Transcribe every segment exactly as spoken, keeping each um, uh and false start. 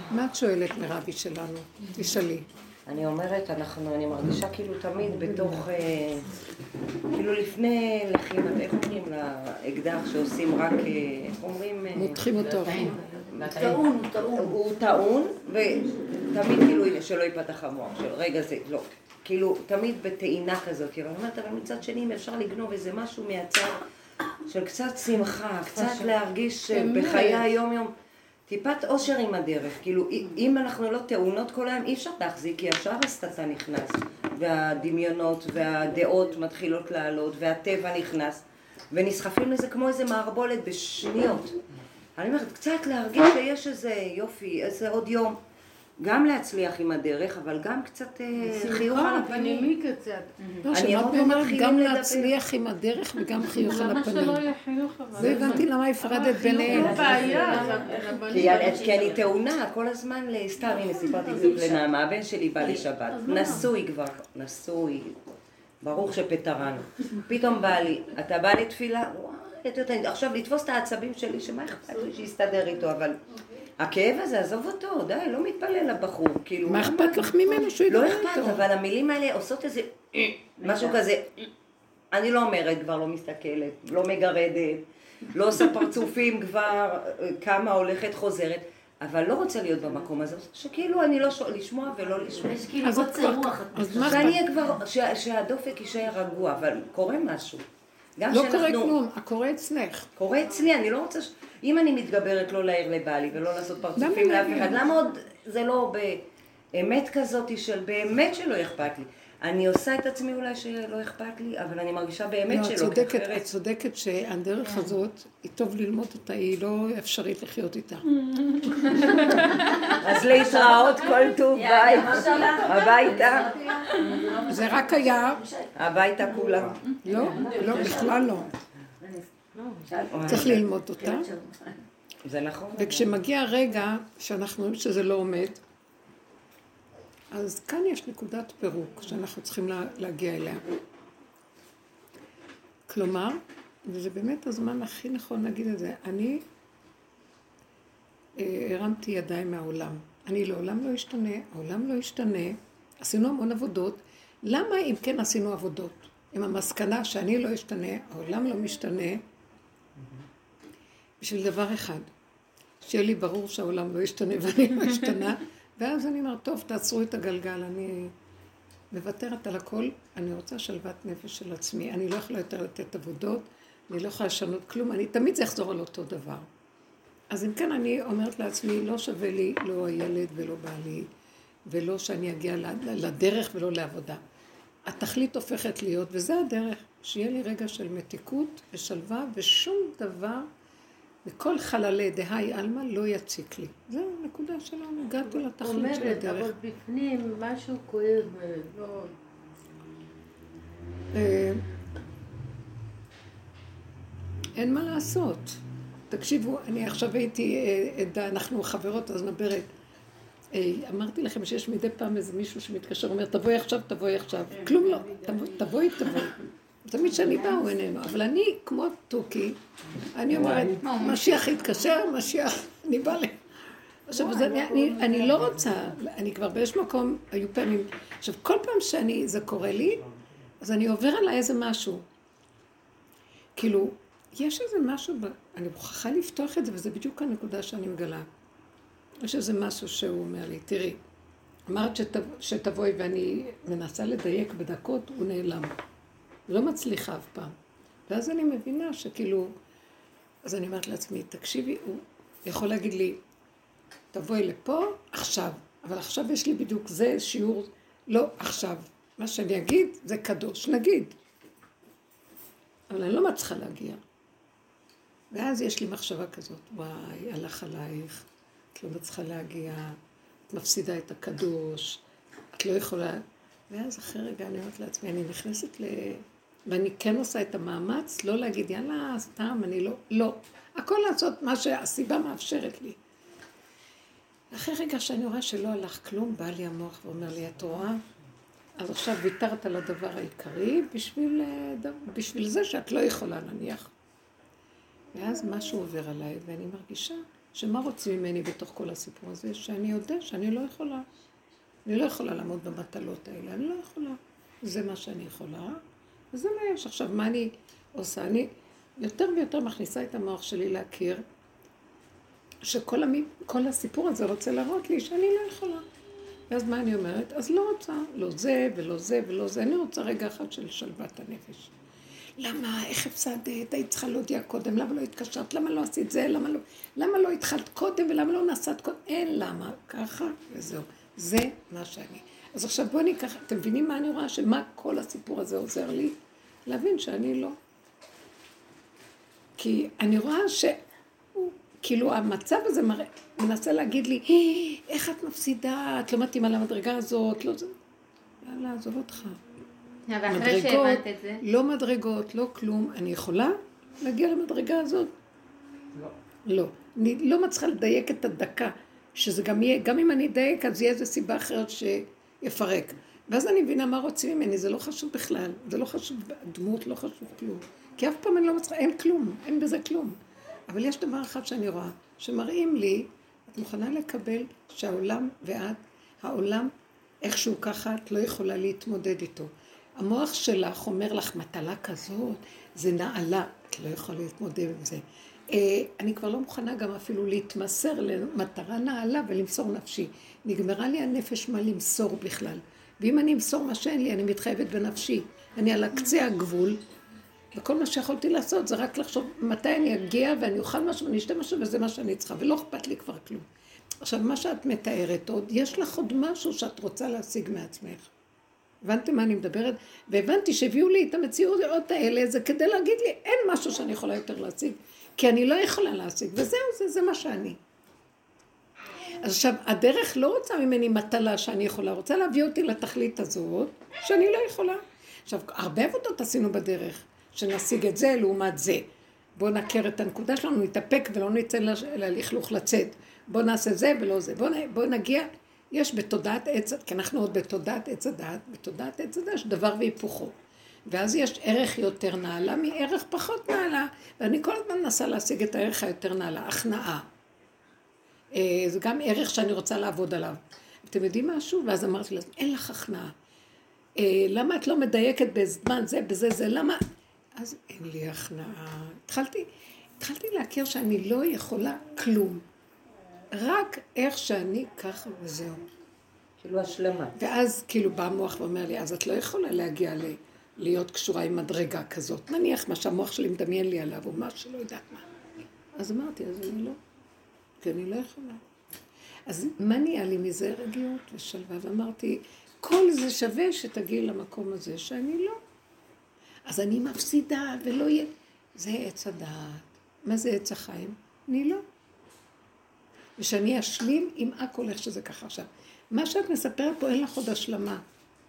מה את שואלת מרבי שלנו? תשאלי. אני אומרת, אנחנו, אני מרגישה כאילו תמיד בתוך, כאילו לפני לחימה, איך אומרים לאקדח שעושים רק, איך אומרים? מותחים אותו. טעון, הוא טעון, ותמיד כאילו שלא ייפתח המוח של רגע זה, לא. כאילו תמיד בטעינה כזאת, אבל אני אומרת, אבל מצד שני אם אפשר לגנוב איזה משהו מהצד של קצת שמחה, קצת להרגיש בחיי היום יום. טיפת אושר עם הדרך, כאילו אם אנחנו לא טעונות כל היום אי אפשר להחזיק, כי ישר הסטטה נכנס, והדמיונות והדעות מתחילות לעלות, והטבע נכנס, ונסחפים לזה כמו איזה מערבולת בשניות. אני אומרת, קצת להרגיש שיש איזה יופי, איזה עוד יום, גם להצליח עם הדרך, אבל גם קצת חיוך על הפנים. לא, שמעת אומרת גם להצליח עם הדרך וגם חיוך על הפנים. למה שלא יהיה חיוך אבל? לא הבנתי למה הפרדת ביניהם. חיוך בעיה. כי אני טעונה כל הזמן, סתם, הנה סיפרתי בדיוק לנעמה, הבן שלי בא לשבת, נשוי כבר, נשוי, ברוך שפטרנו. פתאום בא לי, אתה בא לתפילה? וואי, עכשיו לתפוס את העצבים שלי, שמה אכפת לי שיסתדר איתו, אבל... הכאב הזה, עזוב אותו, די, לא מתפלל לבחור, כאילו... מה אכפת לך ממנו שהוא ידבר איתו? לא אכפת, אבל המילים האלה עושות איזה... משהו כזה... אני לא אומרת, כבר לא מסתכלת, לא מגרדת, לא עושה פרצופים כבר, כמה הולכת חוזרת, אבל לא רוצה להיות במקום הזה, שכאילו אני לא לשמוע ולא לשמוע. יש כאילו קוצר רוח. שאני אהיה כבר, שהדופק יישאר רגוע, אבל קורה משהו. לא קורה כלום, הקורה אצלך. קורה אצלי, אני לא רוצה... אם אני מתגברת לא להעיר לבעלי ולא לעשות פרצופים לאף אחד, למה עוד זה לא באמת כזאת של באמת שלא אכפת לי? אני עושה את עצמי אולי שלא אכפת לי, אבל אני מרגישה באמת שלא. את צודקת שהדרך הזאת, היא טוב ללמוד אותה, היא לא אפשרית לחיות איתה. אז להתראות כל טוב, ביי. הביתה. זה רק היה... הביתה כולם. לא, לא, בכלל לא. צריך ללמוד אותה. זה נכון. וכשמגיע הרגע שאנחנו רואים שזה לא עומד, אז כאן יש נקודת פירוק שאנחנו צריכים להגיע אליה. כלומר, וזה באמת הזמן הכי נכון להגיד את זה, אני הרמתי ידיים מהעולם. אני לעולם לא אשתנה, העולם לא ישתנה. עשינו המון עבודות. למה אם כן עשינו עבודות? עם המסקנה שאני לא אשתנה, העולם לא משתנה, בשביל דבר אחד, שיהיה לי ברור שהעולם לא ישתנה ואני לא אשתנה, ואז אני אומר, טוב, תעצרו את הגלגל, אני מוותרת על הכל, אני רוצה שלוות נפש של עצמי, אני לא יכולה יותר לתת עבודות, אני לא יכולה לשנות כלום, אני תמיד זה יחזור על אותו דבר. אז אם כן, אני אומרת לעצמי, לא שווה לי, לא הילד ולא בעלי, ולא שאני אגיע לדרך ולא לעבודה. התכלית הופכת להיות, וזה הדרך, שיהיה לי רגע של מתיקות ושלווה, ושום דבר, וכל חללי דהי אלמה לא יציק לי. זו הנקודה שלנו, הגעתי לתכלית של הדרך. אומרת, אבל בפנים משהו כואב מאוד. אין מה לעשות. תקשיבו, אני עכשיו הייתי, אנחנו חברות, אז נברת, אמרתי לכם שיש מדי פעם איזה מישהו שמתקשר, אומר, תבואי עכשיו, תבואי עכשיו. כלום לא, תבואי, תבואי. תמיד שאני באה הוא איננו, אבל אני, כמו תוקי, אני אומרת, משיח יתקשר, משיח, אני באה ל... עכשיו, אני לא רוצה, אני כבר באיש מקום, היו פעמים, עכשיו, כל פעם שאני, זה קורה לי, אז אני עובר עליי איזה משהו. כאילו, יש איזה משהו, אני מוכרחה לפתוח את זה, וזה בדיוק הנקודה שאני מגלה. יש איזה משהו שהוא אומר לי, תראי, אמרת שתבואי ואני מנסה לדייק בדקות, הוא נעלם. לא מצליחה אף פעם. ואז אני מבינה שכאילו, אז אני אומרת לעצמי, תקשיבי, הוא יכול להגיד לי, תבואי לפה עכשיו, אבל עכשיו יש לי בדיוק זה שיעור, לא עכשיו. מה שאני אגיד זה קדוש, נגיד. אבל אני לא מצליחה להגיע. ואז יש לי מחשבה כזאת, וואי, הלך עלייך, את לא מצליחה להגיע, את מפסידה את הקדוש, את לא יכולה... ואז אחרי רגע אני אומרת לעצמי, אני נכנסת ל... ואני כן עושה את המאמץ, לא להגיד, יאללה, סתם, אני לא... לא. הכל לעשות מה שהסיבה מאפשרת לי. אחרי רגע שאני רואה שלא הלך כלום, בא לי המוח ואומר לי, את רואה? אז עכשיו ויתרת על הדבר העיקרי בשביל, בשביל זה שאת לא יכולה נניח. ואז משהו עובר עליי, ואני מרגישה שמה רוצים ממני בתוך כל הסיפור הזה? שאני יודע שאני לא יכולה. אני לא יכולה לעמוד במטלות האלה, אני לא יכולה. זה מה שאני יכולה, וזה מה יש. עכשיו, מה אני עושה? אני יותר ויותר מכניסה את המוח שלי להכיר, שכל המ... כל הסיפור הזה רוצה להראות לי שאני לא יכולה. ואז מה אני אומרת? אז לא רוצה, לא זה ולא זה ולא זה, אני רוצה רגע אחד של שלוות הנפש. למה? איך הפסדת? היית צריכה להודיע קודם, למה לא התקשרת? למה לא עשית זה? למה לא, למה לא התחלת קודם ולמה לא נסעת קודם? אין למה, ככה וזהו. זה מה שאני. אז עכשיו בואו ניקח, אתם מבינים מה אני רואה? שמה כל הסיפור הזה עוזר לי? להבין שאני לא. כי אני רואה ש... כאילו המצב הזה מראה, מנסה להגיד לי, איך את מפסידה? את לא מתאימה למדרגה הזאת, לא זה. יאללה, עזוב אותך. ואחרי שהבנת את זה? לא מדרגות, לא כלום. אני יכולה להגיע למדרגה הזאת? לא. לא. אני לא מצליחה לדייק את הדקה, שזה גם יהיה, גם אם אני אדייק, אז יהיה איזו סיבה אחרת שיפרק. ואז אני מבינה מה רוצים ממני, זה לא חשוב בכלל, זה לא חשוב, הדמות לא חשוב כלום. כי אף פעם אני לא מצליחה, אין כלום, אין בזה כלום. אבל יש דבר אחד שאני רואה, שמראים לי, את מוכנה לקבל שהעולם ואת, העולם איכשהו ככה, את לא יכולה להתמודד איתו. המוח שלך אומר לך, מטלה כזאת, זה נעלה, את לא יכולה להתמודד עם זה. אני כבר לא מוכנה גם אפילו להתמסר למטרה נעלה ולמסור נפשי. נגמרה לי הנפש מה למסור בכלל. ואם אני אמסור מה שאין לי, אני מתחייבת בנפשי. אני על הקצה הגבול, וכל מה שיכולתי לעשות זה רק לחשוב מתי אני אגיע ואני אוכל משהו ואני אשתה משהו וזה מה שאני צריכה, ולא אכפת לי כבר כלום. עכשיו, מה שאת מתארת עוד, יש לך עוד משהו שאת רוצה להשיג מעצמך. הבנתם מה אני מדברת? והבנתי שהביאו לי את המציאות האלה, זה כדי להגיד לי, אין משהו שאני יכולה יותר להשיג, כי אני לא יכולה להשיג, וזהו, זה, זה מה שאני. אז עכשיו, הדרך לא רוצה ממני מטלה שאני יכולה, רוצה להביא אותי לתכלית הזאת, שאני לא יכולה. עכשיו, הרבה עבודות עשינו בדרך, שנשיג את זה לעומת זה. בואו נכיר את הנקודה שלנו, נתאפק ולא נצא ללכלוך לצאת. בואו נעשה זה ולא זה. בואו בוא נגיע, יש בתודעת עץ, כי אנחנו עוד בתודעת עץ הדעת, בתודעת עץ הדעת יש דבר והיפוכו. ואז יש ערך יותר נעלה מערך פחות נעלה, ואני כל הזמן מנסה להשיג את הערך היותר נעלה, הכנעה. זה גם ערך שאני רוצה לעבוד עליו. אתם יודעים משהו? ואז אמרתי לה, אין לך הכנעה. למה את לא מדייקת בזמן זה, בזה, זה, למה? אז אין לי הכנעה. התחלתי, התחלתי להכיר שאני לא יכולה כלום. רק איך שאני ככה וזהו. כאילו השלמה. ואז כאילו בא המוח ואומר לי, אז את לא יכולה להגיע ל... להיות קשורה עם מדרגה כזאת. נניח מה שהמוח שלי מדמיין לי עליו, או מה שלא יודעת מה. אז אמרתי, אז אני לא. כי אני לא יכולה. אז מה נהיה לי מזה? רגיעות ושלווה. ואמרתי, כל זה שווה שתגיעי למקום הזה שאני לא. אז אני מפסידה ולא יהיה. זה עץ הדעת. מה זה עץ החיים? אני לא. ושאני אשלים עם הכל איך שזה ככה עכשיו. מה שאת מספרת פה אין לך עוד השלמה.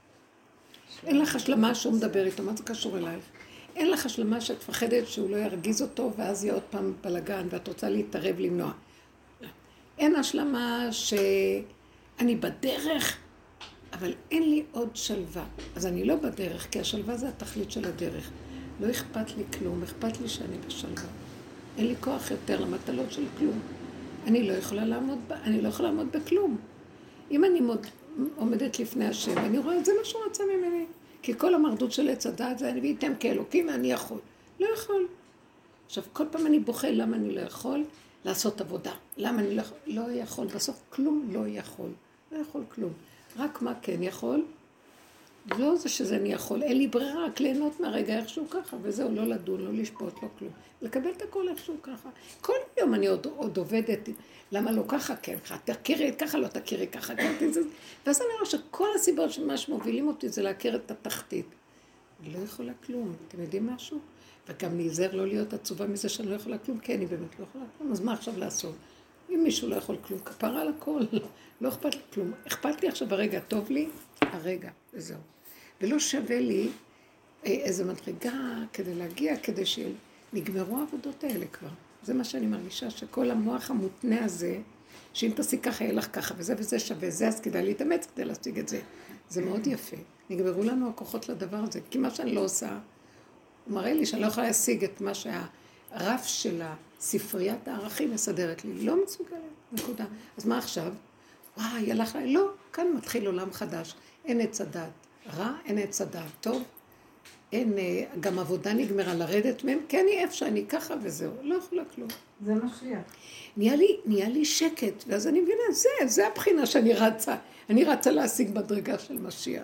אין לך השלמה שהוא מדבר איתו, מה זה קשור אלייך? אין לך השלמה שאת פחדת שהוא לא ירגיז אותו ואז יהיה עוד פעם בלגן ואת רוצה להתערב למנוע. אין השלמה שאני בדרך, אבל אין לי עוד שלווה. אז אני לא בדרך, כי השלווה זה התכלית של הדרך. לא אכפת לי כלום, אכפת לי שאני בשלווה. אין לי כוח יותר למטלות של כלום. אני לא יכולה לעמוד, אני לא יכולה לעמוד בכלום. אם אני מוד, עומדת לפני השם, אני רואה את זה מה שהוא רצה ממני. כי כל המרדות של עץ הדעת זה, אני ואיתם כאלוקים, אני יכול. לא יכול. עכשיו, כל פעם אני בוכה למה אני לא יכול לעשות עבודה. למה אני לא יכול? לא יכול. בסוף כלום לא יכול. לא יכול כלום. רק מה כן יכול? לא זה שזה אני יכול. אין לי ברירה רק ליהנות מהרגע איכשהו ככה, וזהו, לא לדון, לא לשפוט, לא כלום. לקבל את הכל איכשהו ככה. כל יום אני עוד, עוד עובדת, למה לא ככה? כן, תכירי ככה, לא תכירי ככה. ואז אני רואה שכל הסיבות שמה שמובילים אותי זה להכיר את התחתית. אני לא יכולה כלום. אתם יודעים משהו? וגם להיזהר לא להיות עצובה מזה שאני לא יכולה כלום, כי אני באמת לא יכולה כלום. אז מה עכשיו לעשות? אם מישהו לא יכול כלום, כפרה על הכל. לא אכפת לי כלום. אכפת לי עכשיו הרגע, טוב לי? הרגע, וזהו. ולא שווה לי איזו מדרגה כדי להגיע, כדי שנגמרו העבודות האלה כבר. זה מה שאני מרגישה, שכל המוח המותנה הזה, שאם תעשי ככה, יהיה לך ככה, וזה וזה שווה, זה אז כדאי להתאמץ כדי להשיג את זה. זה מאוד יפה. נגמרו לנו הכוחות לדבר הזה, כי מה שאני לא עושה, הוא מראה לי שאני לא יכולה להשיג את מה שהרף של ספריית הערכים מסדרת לי, לא מסוגלת, נקודה. אז מה עכשיו? וואי, הלך לה, לא, כאן מתחיל עולם חדש. אין עץ הדעת רע, אין עץ הדעת טוב, אין, גם עבודה נגמרה לרדת מהם, כי אני איפה שאני ככה וזהו, לא יכולה כלום. זה משיח. נהיה לי, נהיה לי שקט, ואז אני מבינה, זה, זה הבחינה שאני רצה, אני רצה להשיג מדרגה של משיח.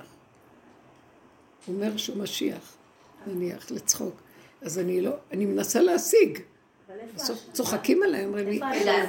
הוא אומר שהוא משיח, נניח, לצחוק. אז אני לא, אני מנסה להשיג. בסוף צוחקים עליי, אומרים לי,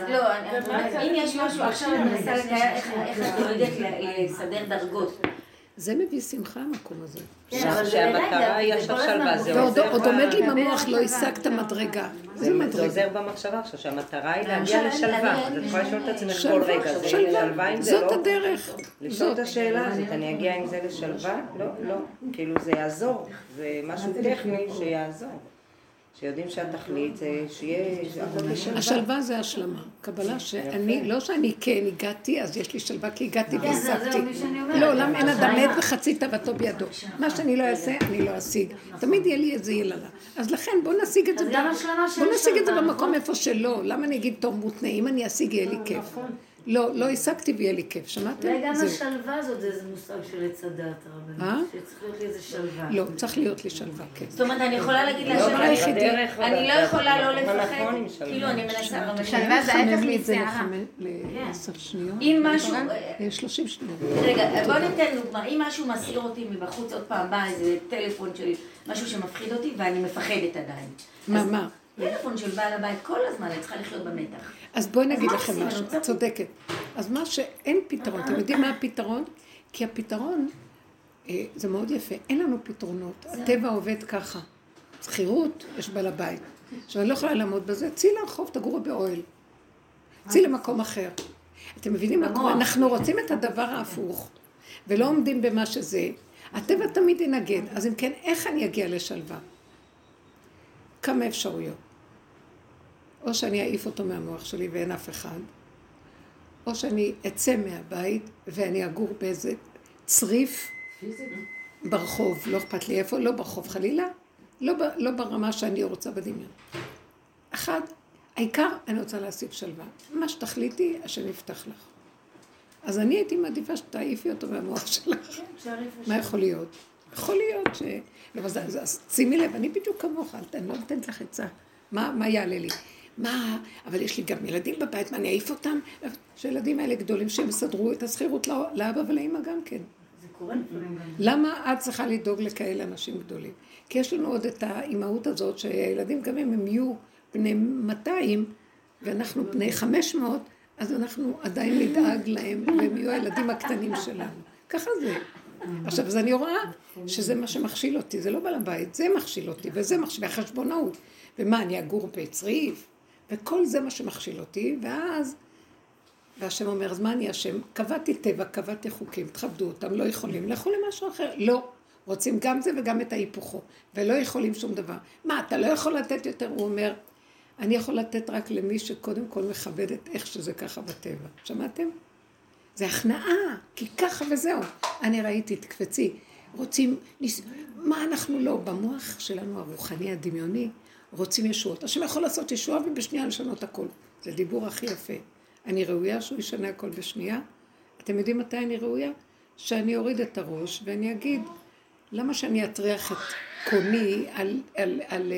אם יש משהו עכשיו אני מנסה לתאר איך את יורדת לסדר דרגות. זה מביא שמחה המקום הזה. שהמטרה היא עכשיו שלווה, זה עוזר. עוד עומד לי במוח, לא השגת מדרגה. זה עוזר במחשבה עכשיו, שהמטרה היא להגיע לשלווה. אז את יכולה לשאול את עצמך כל רגע, זה שלווה עם זה לא? זאת הדרך. לשאול את השאלה הזאת, אני אגיע עם זה לשלווה? לא, לא. כאילו זה יעזור, זה משהו טכני שיעזור. שיודעים שהתכלית זה שיהיה הכל בשלווה. השלווה זה השלמה. קבלה שאני, לא שאני כן הגעתי, אז יש לי שלווה כי הגעתי והשגתי. לעולם אין אדם מת וחצי תאוותו בידו. מה שאני לא אעשה, אני לא אשיג. תמיד יהיה לי איזה יללה. אז לכן בוא נשיג את זה. בוא נשיג את זה במקום איפה שלא. למה אני אגיד טוב מותנה? אם אני אשיג יהיה לי כיף. לא, לא השגתי ויהיה לי כיף. שמעתם? אולי גם השלווה הזאת זה איזה מושג של עץ הדעת הרבנית. שצריך להיות לי איזה שלווה. לא, צריך להיות לי שלווה, כן. זאת אומרת, אני יכולה להגיד לה שאני לא יכולה לא לפחד, כאילו אני מנסה, שלווה זה ההפך מסערה. לעשר שניות. אם משהו... שלושים שניות. רגע, בוא ניתן דוגמה, אם משהו מסעיר אותי מבחוץ, עוד פעם בא איזה טלפון של משהו שמפחיד אותי ואני מפחדת עדיין. מה, מה? טלפון של בעל הבית כל הזמן, אני צריכה לחיות במתח. אז בואי נגיד לכם משהו, את צודקת. אז מה שאין פתרון, אתם יודעים מה הפתרון? כי הפתרון, זה מאוד יפה, אין לנו פתרונות. הטבע עובד ככה. שכירות, יש בעל הבית. עכשיו אני לא יכולה לעמוד בזה, צאי לרחוב, תגורו באוהל. צאי למקום אחר. אתם מבינים מה קורה? אנחנו רוצים את הדבר ההפוך, ולא עומדים במה שזה. הטבע תמיד ינגד. אז אם כן, איך אני אגיע לשלווה? כמה אפשרויות. או שאני אעיף אותו מהמוח שלי ואין אף אחד, או שאני אצא מהבית ואני אגור באיזה צריף ברחוב, לא אכפת לי איפה, לא ברחוב חלילה, לא, לא ברמה שאני רוצה בדמיון. אחד, העיקר אני רוצה להשיג שלווה. מה שתחליטי, השם יפתח לך. אז אני הייתי מעדיפה שתעיפי אותו מהמוח שלך. מה יכול להיות? יכול להיות ש... אז שימי לב, אני בדיוק כמוך, אני לא נותנת לך עצה. מה, מה יעלה לי? מה, אבל יש לי גם ילדים בבית, מה אני אעיף אותם? שילדים האלה גדולים שהם סדרו את השכירות לאבא ולאמא גם כן. זה קורה לפעמים. למה את צריכה לדאוג לכאלה אנשים גדולים? כי יש לנו עוד את האימהות הזאת, שהילדים גם אם הם יהיו בני מאתיים, ואנחנו בני חמש מאות, אז אנחנו עדיין נדאג להם, והם יהיו הילדים הקטנים שלנו. ככה זה. עכשיו, אז אני רואה שזה מה שמכשיל אותי, זה לא בעל הבית, זה מכשיל אותי, וזה מכשיל, והחשבונאות. ומה, אני אגור בצריף? וכל זה מה שמכשיל אותי, ואז, והשם אומר, אז מה אני השם? קבעתי טבע, קבעתי חוקים, תכבדו אותם, לא יכולים, לכו למשהו אחר. לא, רוצים גם זה וגם את ההיפוכו, ולא יכולים שום דבר. מה, אתה לא יכול לתת יותר? הוא אומר, אני יכול לתת רק למי שקודם כל מכבד את איך שזה ככה בטבע. שמעתם? זה הכנעה, כי ככה וזהו. אני ראיתי, תקפצי, רוצים, מה אנחנו לא, במוח שלנו הרוחני, הדמיוני, רוצים ישועות. השם יכול לעשות ישועה ובשנייה לשנות הכל. זה דיבור הכי יפה. אני ראויה שהוא ישנה הכל בשנייה. אתם יודעים מתי אני ראויה? שאני אוריד את הראש ואני אגיד, למה שאני אטריח את קוני על, על, על,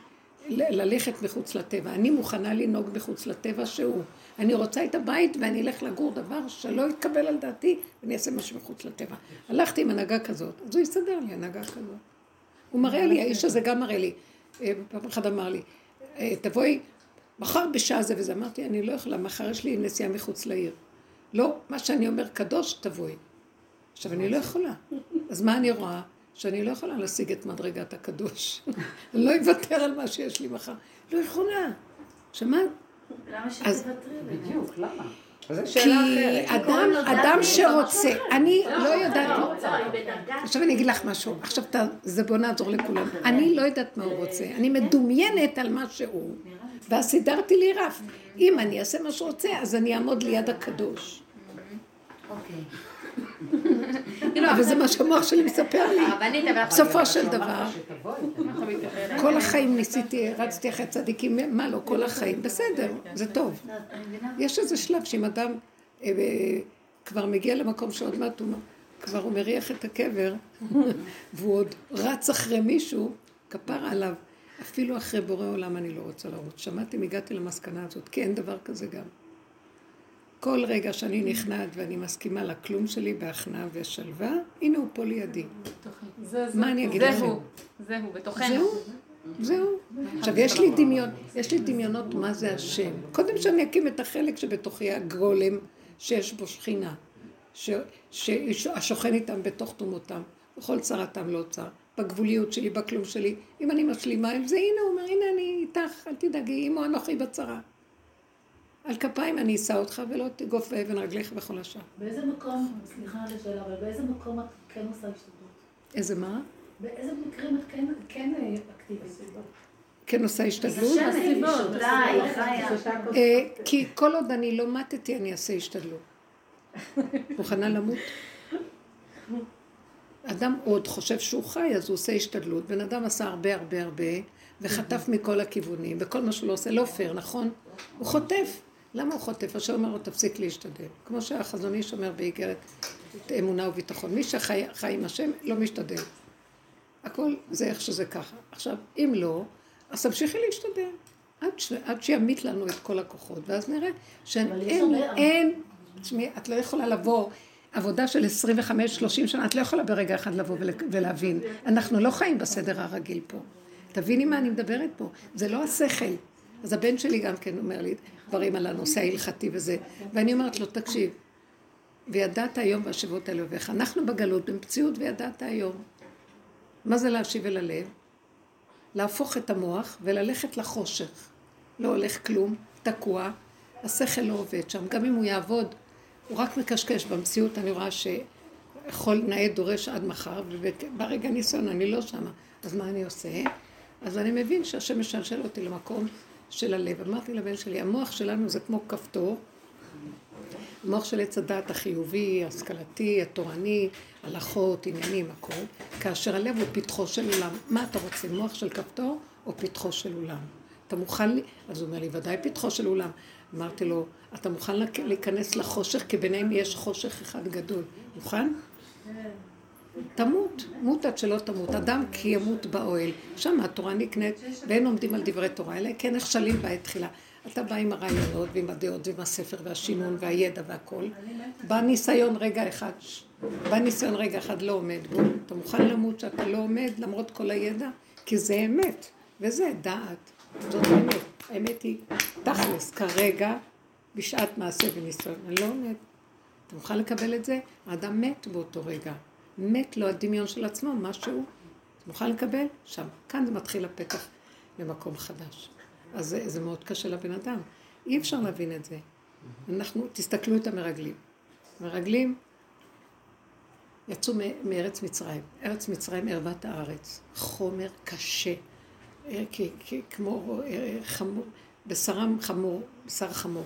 על ללכת מחוץ לטבע? אני מוכנה לנהוג מחוץ לטבע שהוא. אני רוצה את הבית ואני אלך לגור דבר שלא יתקבל על דעתי ואני אעשה משהו מחוץ לטבע. הלכתי עם הנהגה כזאת, אז הוא יסדר לי הנהגה כזאת. הוא מראה לי, האיש הזה גם מראה לי. פעם אחד אמר לי, תבואי מחר בשעה זה וזה. אמרתי, אני לא יכולה, מחר יש לי נסיעה מחוץ לעיר. לא, מה שאני אומר, קדוש, תבואי. עכשיו, אני לא יכולה. אז מה אני רואה? שאני לא יכולה להשיג את מדרגת הקדוש. אני לא אוותר על מה שיש לי מחר. לא יכולה. שמעת? למה שתוותרי? בדיוק, למה? כי אדם, אדם שרוצה, אני לא יודעת, עכשיו אני אגיד לך משהו, עכשיו זה בוא נעזור לכולם, אני לא יודעת מה הוא רוצה, אני מדומיינת על מה שהוא, ואז סידרתי לי רף, אם אני אעשה מה שהוא רוצה, אז אני אעמוד ליד הקדוש. אוקיי. אבל זה מה שהמוח שלי מספר לי. בסופו של דבר, כל החיים ניסיתי, רצתי אחרי צדיקים, מה לא, כל החיים, בסדר, זה טוב. יש איזה שלב שאם אדם כבר מגיע למקום שעוד מעט הוא כבר הוא מריח את הקבר, והוא עוד רץ אחרי מישהו, כפר עליו, אפילו אחרי בורא עולם אני לא רוצה לרוץ. שמעתי, הגעתי למסקנה הזאת, כי אין דבר כזה גם. כל רגע שאני נכנעת ואני מסכימה לכלום שלי בהכנעה ושלווה, הנה הוא פה לידי. מה אני אגיד לכם? זהו, זהו, בתוכנו. זהו, זהו. עכשיו, יש לי דמיון, יש לי דמיונות מה זה השם. קודם שאני אקים את החלק שבתוכי הגולם שיש בו שכינה, שהשוכן איתם בתוך תומותם, בכל צרתם לא צר, בגבוליות שלי, בכלום שלי. אם אני משלימה עם זה, הנה הוא אומר, הנה אני איתך, אל תדאגי, אמו אנוכי בצרה. על כפיים אני אשא אותך ולא תגוף באבן רגליך בכל השעה. באיזה מקום, סליחה על השאלה, אבל באיזה מקום את כן עושה השתדלות? איזה מה? באיזה מקרים את כן, כן אקטיבית? כן עושה השתדלות? הסיבות, די, חיה. כי כל עוד אני לא מתתי, אני אעשה השתדלות. מוכנה למות? אדם עוד חושב שהוא חי, אז הוא עושה השתדלות. בן אדם עשה הרבה הרבה הרבה, וחטף מכל הכיוונים, וכל מה שהוא לא עושה לא פייר, נכון? הוא חוטף. למה הוא חוטף? השם אומר לו, תפסיק להשתדל. כמו שהחזון איש אומר באיגרת אמונה וביטחון. מי שחי עם השם לא משתדל. הכל זה איך שזה ככה. עכשיו, אם לא, אז תמשיכי להשתדל. עד, ש... עד שימית לנו את כל הכוחות. ואז נראה שאין, אין, אין, תשמעי, את לא יכולה לבוא, עבודה של עשרים וחמש שלושים שנה, את לא יכולה ברגע אחד לבוא ולהבין. אנחנו לא חיים בסדר הרגיל פה. תביני מה אני מדברת פה. זה לא השכל. אז הבן שלי גם כן אומר לי דברים על הנושא ההלכתי וזה. ואני אומרת לו, תקשיב, וידעת היום והשבות על אוהביך. אנחנו בגלות במציאות וידעת היום. מה זה להשיב אל הלב? להפוך את המוח וללכת לחושך. לא הולך כלום, תקוע, השכל לא עובד שם. גם אם הוא יעבוד, הוא רק מקשקש במציאות. אני רואה שיכול נאה דורש עד מחר, וברגע ניסיון אני לא שמה. אז מה אני עושה? אז אני מבין שהשם משלשל אותי למקום של הלב. אמרתי לבן שלי, המוח שלנו זה כמו כפתור, המוח של עץ הדעת החיובי, השכלתי, התורני, הלכות, עניינים, הכל, כאשר הלב הוא פתחו של עולם. מה אתה רוצה, מוח של כפתור או פתחו של עולם? אתה מוכן לי? אז הוא אומר לי, ודאי פתחו של עולם. אמרתי לו, אתה מוכן להיכנס לחושך, כי ביניהם יש חושך אחד גדול. מוכן? תמות, מות עד שלא תמות, אדם כי ימות באוהל. שם התורה נקנית, ואין עומדים על דברי תורה, אלא כן נכשלים בה את תחילה. אתה בא עם הרעיונות ועם הדעות ועם הספר והשינון והידע והכל. בא ניסיון רגע אחד, בא ניסיון רגע אחד לא עומד בו. אתה מוכן למות שאתה לא עומד למרות כל הידע? כי זה אמת, וזה דעת. זאת האמת. האמת היא תכלס, כרגע, בשעת מעשה וניסיון. אני לא עומד. אתה מוכן לקבל את זה? האדם מת באותו רגע. מת לו הדמיון של עצמו, משהו. אתה מוכן לקבל? שם. כאן זה מתחיל הפתח למקום חדש. אז זה, זה מאוד קשה לבן אדם. אי אפשר להבין את זה. אנחנו, תסתכלו את המרגלים. מרגלים יצאו מארץ מצרים. ארץ מצרים ערבת הארץ. חומר קשה. כי, כי, כמו חמור, בשרם חמור, בשר חמור.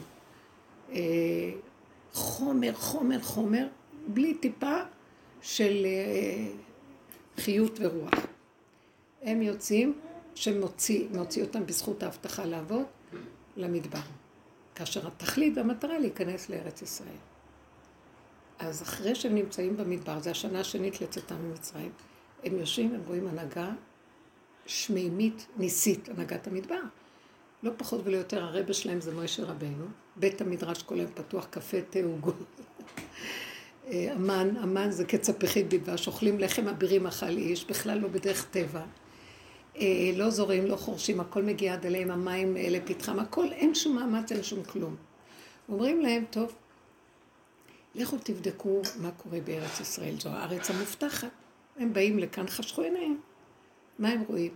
חומר, חומר, חומר, בלי טיפה של חיות ורוח. הם יוצאים, שמוציא מוציא אותם בזכות ההבטחה לעבוד, למדבר. כאשר התכלית והמטרה להיכנס לארץ ישראל. אז אחרי שהם נמצאים במדבר, זה השנה השנית לצאתם ממצרים, הם יושבים, הם רואים הנהגה שמימית, ניסית, הנהגת המדבר. לא פחות ולא יותר, הרבא שלהם זה מוישה רבנו, בית המדרש כל היום פתוח, קפה, תה וגול. אמן, אמן זה קץ הפחית בדבש, אוכלים לחם אבירים אכל איש, בכלל לא בדרך טבע. לא זורעים, לא חורשים, הכל מגיע עד אליהם, המים לפתחם, הכל, אין שום מאמץ, אין שום כלום. אומרים להם, טוב, לכו תבדקו מה קורה בארץ ישראל, זו הארץ המובטחת. הם באים לכאן, חשכו עיניים. מה הם רואים?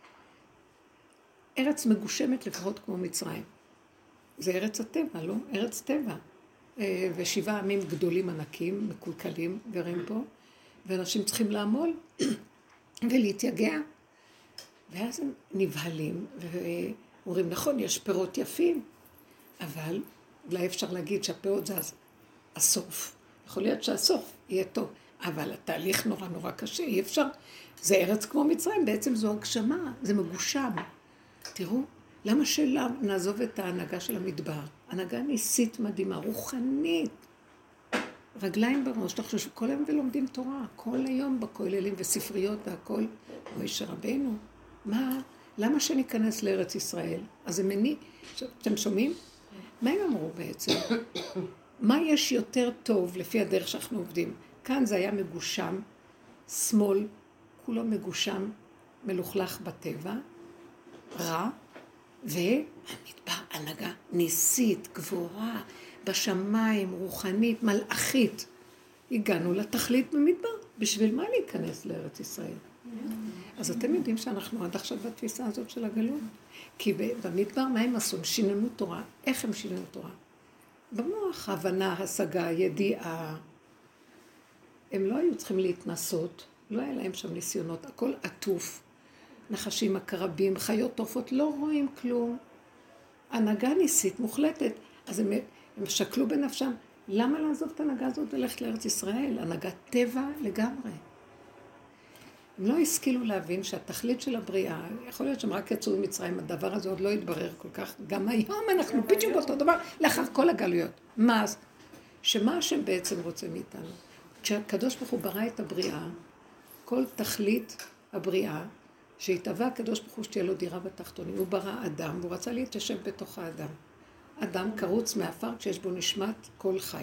ארץ מגושמת לפחות כמו מצרים. זה ארץ הטבע, לא? ארץ טבע. ושבעה עמים גדולים ענקים, מקולקלים, גרים פה, ואנשים צריכים לעמול ולהתייגע. ואז הם נבהלים, ואומרים, נכון, יש פירות יפים, אבל אולי אפשר להגיד שהפירות זה הסוף. יכול להיות שהסוף יהיה טוב, אבל התהליך נורא נורא קשה, אי אפשר. זה ארץ כמו מצרים, בעצם זו הגשמה, זה מגושם. תראו, למה שלא נעזוב את ההנהגה של המדבר? הנהגה ניסית מדהימה, רוחנית. רגליים בראש, אתה חושב שכל היום ולומדים תורה, כל היום בכוללים וספריות והכל. מוישה רבנו, מה? למה שניכנס לארץ ישראל? אז זה מני, אתם שומעים? מה הם אמרו בעצם? מה יש יותר טוב לפי הדרך שאנחנו עובדים? כאן זה היה מגושם, שמאל, כולו מגושם, מלוכלך בטבע, רע, והמדבר הנהגה ניסית, גבוהה, בשמיים, רוחנית, מלאכית. הגענו לתכלית במדבר. בשביל מה להיכנס לארץ ישראל? אז אתם יודעים שאנחנו עד עכשיו בתפיסה הזאת של הגלות? כי במדבר מה הם עשו? שיננו תורה. איך הם שיננו תורה? במוח, הבנה, השגה, ידיעה. הם לא היו צריכים להתנסות, לא היה להם שם ניסיונות, הכל עטוף. נחשים, הקרבים, חיות טורפות, לא רואים כלום. הנהגה ניסית, מוחלטת. אז הם, הם שקלו בנפשם, למה לעזוב את ההנהגה הזאת וללכת לארץ ישראל? הנהגת טבע לגמרי. הם לא השכילו להבין שהתכלית של הבריאה, יכול להיות שהם רק יצאו ממצרים, הדבר הזה עוד לא יתברר כל כך, גם היום אנחנו בדיוק אותו דבר, לאחר כל הגלויות. מה אז? שמה השם בעצם רוצה מאיתנו? כשהקדוש ברוך הוא ברא את הבריאה, כל תכלית הבריאה, שהתאווה הקדוש ברוך הוא שתהיה לו דירה בתחתונים, הוא ברא אדם, והוא רצה להתיישב בתוך האדם. אדם קרוץ מאפר כשיש בו נשמת כל חי.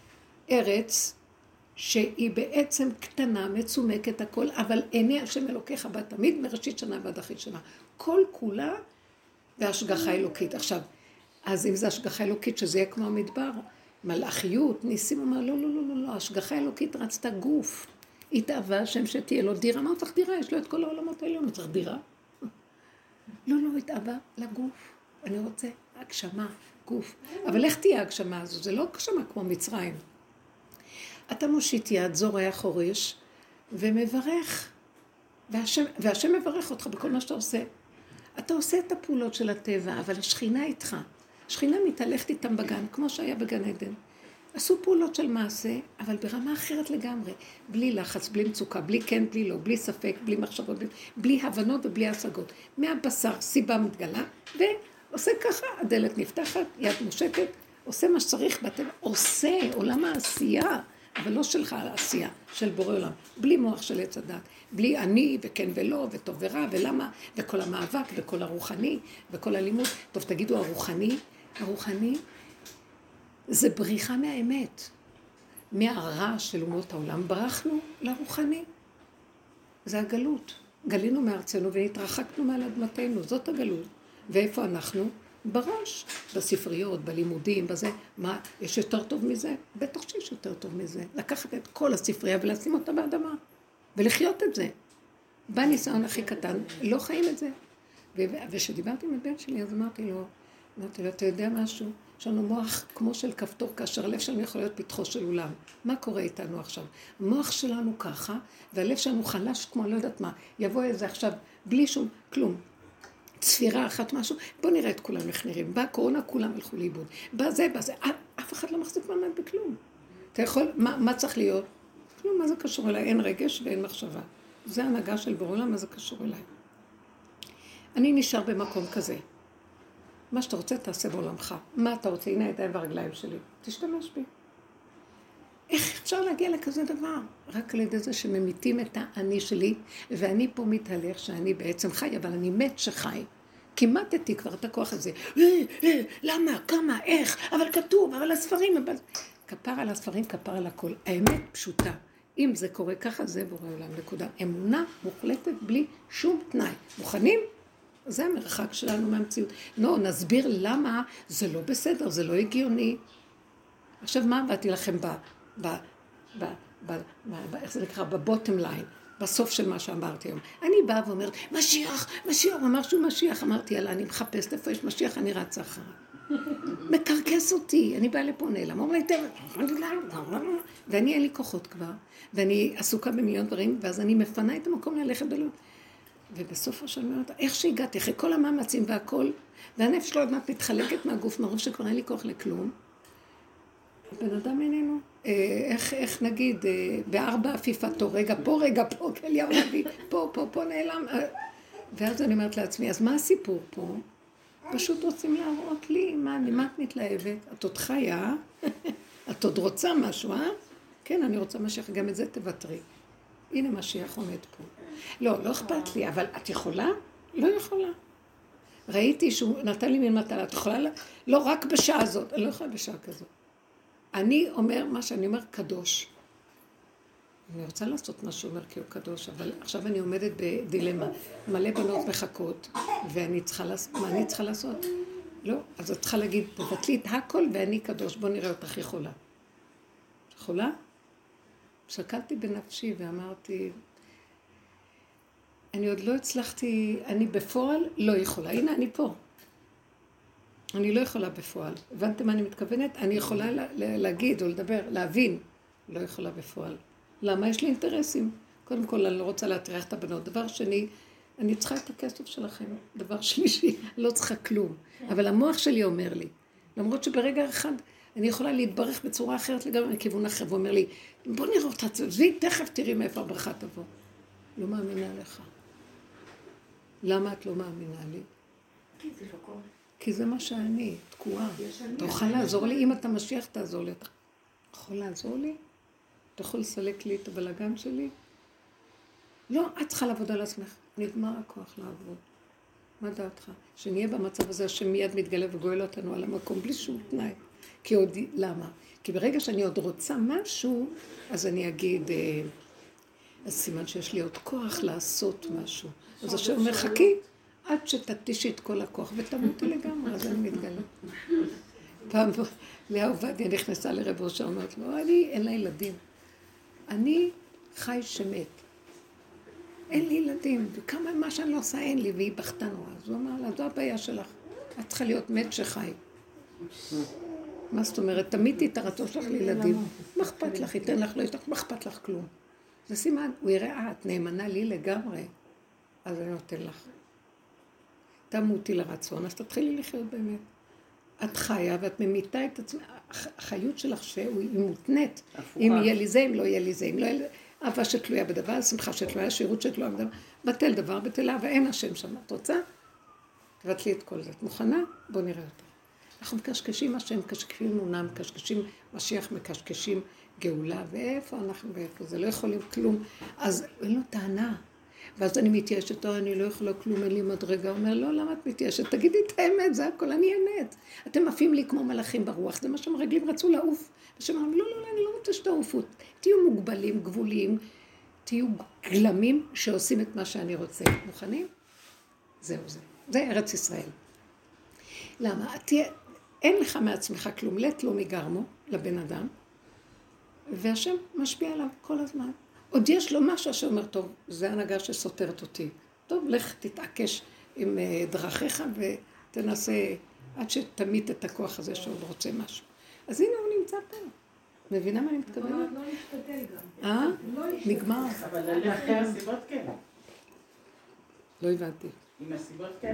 ארץ שהיא בעצם קטנה, מצומקת הכל, אבל עיני השם אלוקיך בה תמיד מראשית שנה ועד אחרית שנה. כל כולה והשגחה אלוקית. עכשיו, אז אם זה השגחה אלוקית שזה יהיה כמו המדבר, מלאכיות, ניסים אומר, לא, לא, לא, לא, לא, השגחה אלוקית רצתה גוף. התאווה השם שתהיה לו דירה, מה הוא צריך דירה? יש לו את כל העולמות האלה, הוא צריך דירה? לא, לא, התאווה לגוף. אני רוצה הגשמה, גוף. אבל איך תהיה הגשמה הזו? זה לא הגשמה כמו מצרים. אתה מושיט יד, זורח חורש, ומברך. והשם, והשם מברך אותך בכל מה שאתה עושה. אתה עושה את הפעולות של הטבע, אבל השכינה איתך. השכינה מתהלכת איתם בגן, כמו שהיה בגן עדן. עשו פעולות של מעשה, אבל ברמה אחרת לגמרי. בלי לחץ, בלי מצוקה, בלי כן, בלי לא, בלי ספק, בלי מחשבות, בלי, בלי הבנות ובלי השגות. מהבשר, סיבה מתגלה, ועושה ככה, הדלת נפתחת, יד מושטת, עושה מה שצריך בטבע, עושה עולם העשייה, אבל לא שלך העשייה, של בורא עולם. בלי מוח של עץ הדת, בלי אני וכן ולא, וטוב ורע, ולמה, וכל המאבק, וכל הרוחני, וכל הלימוד. טוב, תגידו, הרוחני, הרוחני, זה בריחה מהאמת. מהרע של אומות העולם, ברחנו לרוחני. זה הגלות. גלינו מארצנו והתרחקנו מעל אדמתנו, זאת הגלות. ואיפה אנחנו? בראש, בספריות, בלימודים, בזה. מה, יש יותר טוב מזה? בטח שיש יותר טוב מזה. לקחת את כל הספרייה ולשים אותה באדמה. ולחיות את זה. בניסיון הכי קטן, לא חיים את זה. ושדיברתי עם הבן שלי, אז אמרתי לו, אמרתי לו, אתה יודע משהו? יש לנו מוח כמו של כפתור, כאשר הלב שלנו יכול להיות פתחו של אולם. מה קורה איתנו עכשיו? המוח שלנו ככה, והלב שלנו חלש כמו לא יודעת מה. יבוא איזה עכשיו, בלי שום, כלום. צפירה אחת משהו, בוא נראה את כולם איך נראים. באה קורונה, כולם הלכו לאיבוד. בזה, בזה, אף אחד לא מחזיק מעמד בכלום. אתה יכול, מה, מה צריך להיות? כלום, מה זה קשור אליי? אין רגש ואין מחשבה. זה הנהגה של בורא עולם, מה זה קשור אליי? אני נשאר במקום כזה. מה שאתה רוצה, תעשה בעולמך. מה אתה רוצה? הנה הידיים והרגליים שלי. תשתמש בי. איך אפשר להגיע לכזה דבר? רק על ידי זה שממיתים את האני שלי, ואני פה מתהלך שאני בעצם חי, אבל אני מת שחי. כימתתי כבר את הכוח הזה. אה, אה, למה? כמה? איך? אבל כתוב, אבל הספרים, אבל... כפר על הספרים, כפר על הכל. האמת פשוטה. אם זה קורה ככה, זה בורא עולם. נקודה. אמונה מוחלטת בלי שום תנאי. מוכנים? זה המרחק שלנו מהמציאות. לא, נסביר למה זה לא בסדר, זה לא הגיוני. עכשיו, מה באתי לכם ב... ב... ב... ב... ב... איך זה נקרא? בבוטם ליין, בסוף של מה שאמרתי היום. אני באה ואומרת, משיח, משיח, הוא אמר שהוא משיח. אמרתי, יאללה, אני מחפשת איפה יש משיח, אני רצה אחריו. מקרקס אותי, אני באה לפה נעלם, אומר לי, ואני אין לי כוחות כבר, ואני עסוקה במיליון דברים, ואז אני מפנה את המקום ללכת בלום. ובסוף השם אומרת, איך שהגעתי, אחרי כל המאמצים והכל, והנפש לא עוד מעט מתחלקת מהגוף, מרוב שכבר אין לי כוח לכלום. בן אדם איננו, איך איך, איך נגיד, בארבע עפיפתו, רגע פה, רגע פה, אליהו הנביא, פה, פה, פה נעלם. ואז אני אומרת לעצמי, אז מה הסיפור פה? פשוט רוצים להראות לי, מה, ממה את מתלהבת? את עוד חיה, את עוד רוצה משהו, אה? כן, אני רוצה משיח, גם את זה תוותרי. הנה משיח עומד פה. לא, לא אכפת לי, אבל את יכולה? לא יכולה. ראיתי שהוא נתן לי מין מטלה, את יכולה? לא, רק בשעה הזאת, אני לא יכולה בשעה כזאת. אני אומר מה שאני אומר קדוש. אני רוצה לעשות מה שהוא אומר כי הוא קדוש, אבל עכשיו אני עומדת בדילמה. מלא בנות מחכות, ואני צריכה לעשות, מה אני צריכה לעשות? לא, אז את צריכה להגיד, תבטלי את הכל ואני קדוש, בוא נראה אותך יכולה. יכולה? שקלתי בנפשי ואמרתי, אני עוד לא הצלחתי, אני בפועל לא יכולה. הנה, אני פה. אני לא יכולה בפועל. הבנתם מה אני מתכוונת? אני יכולה לה, להגיד או לדבר, להבין. לא יכולה בפועל. למה? יש לי אינטרסים. קודם כל, אני לא רוצה להטריח את הבנות. דבר שני, אני צריכה את הכסף שלכם. דבר שלישי, לא צריכה כלום. אבל המוח שלי אומר לי, למרות שברגע אחד אני יכולה להתברך בצורה אחרת לגמרי מכיוון אחר, ואומר לי, בוא נראה אותה, זוהי, תכף תראי מאיפה הברכה תבוא. לא מאמינה לך. למה את לא מאמינה לי? כי זה לא קורה. כי זה מה שאני, תקועה. אתה יכול לעזור לי? אם אתה משיח, תעזור לי. אתה יכול לעזור לי? אתה יכול לסלק לי את הבלגן שלי? לא, את צריכה לעבוד על עצמך. נגמר הכוח לעבוד. מה דעתך? שנהיה במצב הזה שמיד מתגלה וגואל אותנו על המקום בלי שום תנאי. כי עוד, למה? כי ברגע שאני עוד רוצה משהו, אז אני אגיד, אז סימן שיש לי עוד כוח לעשות משהו. אז השם אומר, חכי, עד שתתישי את כל הכוח ותמותי לגמרי, אז אני מתגלה. פעם לאה עובדיה נכנסה לרב ראשה, אומרת לו, אני, אין לה ילדים. אני חי שמת. אין לי ילדים, וכמה מה שאני לא עושה אין לי, והיא בכתה נורא. אז הוא אמר לה, זו הבעיה שלך. את צריכה להיות מת שחי. מה זאת אומרת? תמיד תתרצו שלך לילדים. מה אכפת לך? ייתן לך, לא ייתן לך, מה אכפת לך כלום? זה סימן, הוא יראה, את נאמנה לי לגמרי, אז אני נותן לך. תמותי לרצון, אז תתחילי לחיות באמת. את חיה ואת ממיתה את עצמך, החיות שלך שהיא מותנית. אם יהיה לי זה, אם לא יהיה לי זה, אם לא יהיה לי... אהבה שתלויה בדבר, שמחה שתלויה, שירות שתלויה בדבר, בטל דבר, בטלה, ואין השם שם. את רוצה? תבטלי את כל זה. את מוכנה? בוא נראה אותה. אנחנו מקשקשים השם, מקשקשים אמונה, מקשקשים משיח, מקשקשים גאולה, ואיפה אנחנו ואיפה זה, לא יכולים כלום. אז אין לו טענה. ואז אני מתיישת, או אני לא יכולה כלום, אין לי מדרגה. הוא אומר, לא, למה את מתיישת? תגידי את האמת, זה הכל, אני אמת. אתם עפים לי כמו מלאכים ברוח, זה מה שהמרגלים רצו לעוף. ושאמרנו, לא, לא, לא, אני לא רוצה שתעופו. תהיו מוגבלים, גבוליים, תהיו גלמים שעושים את מה שאני רוצה. מוכנים? זהו זה. זה ארץ ישראל. למה? תהיה, אין לך מעצמך כלום, לת לא מגרמו לבן אדם, והשם משפיע עליו כל הזמן. עוד יש לו משהו שאומר, טוב, זה הנהגה שסותרת אותי. טוב, לך תתעקש עם דרכיך ותנסה עד שתמיד את הכוח הזה שעוד רוצה משהו. אז הנה הוא נמצא פה. מבינה מה אני מתכוונת? לא להשתדל גם. אה? נגמר. אבל ללכת עם הסיבות כן. לא הבנתי. עם הסיבות כן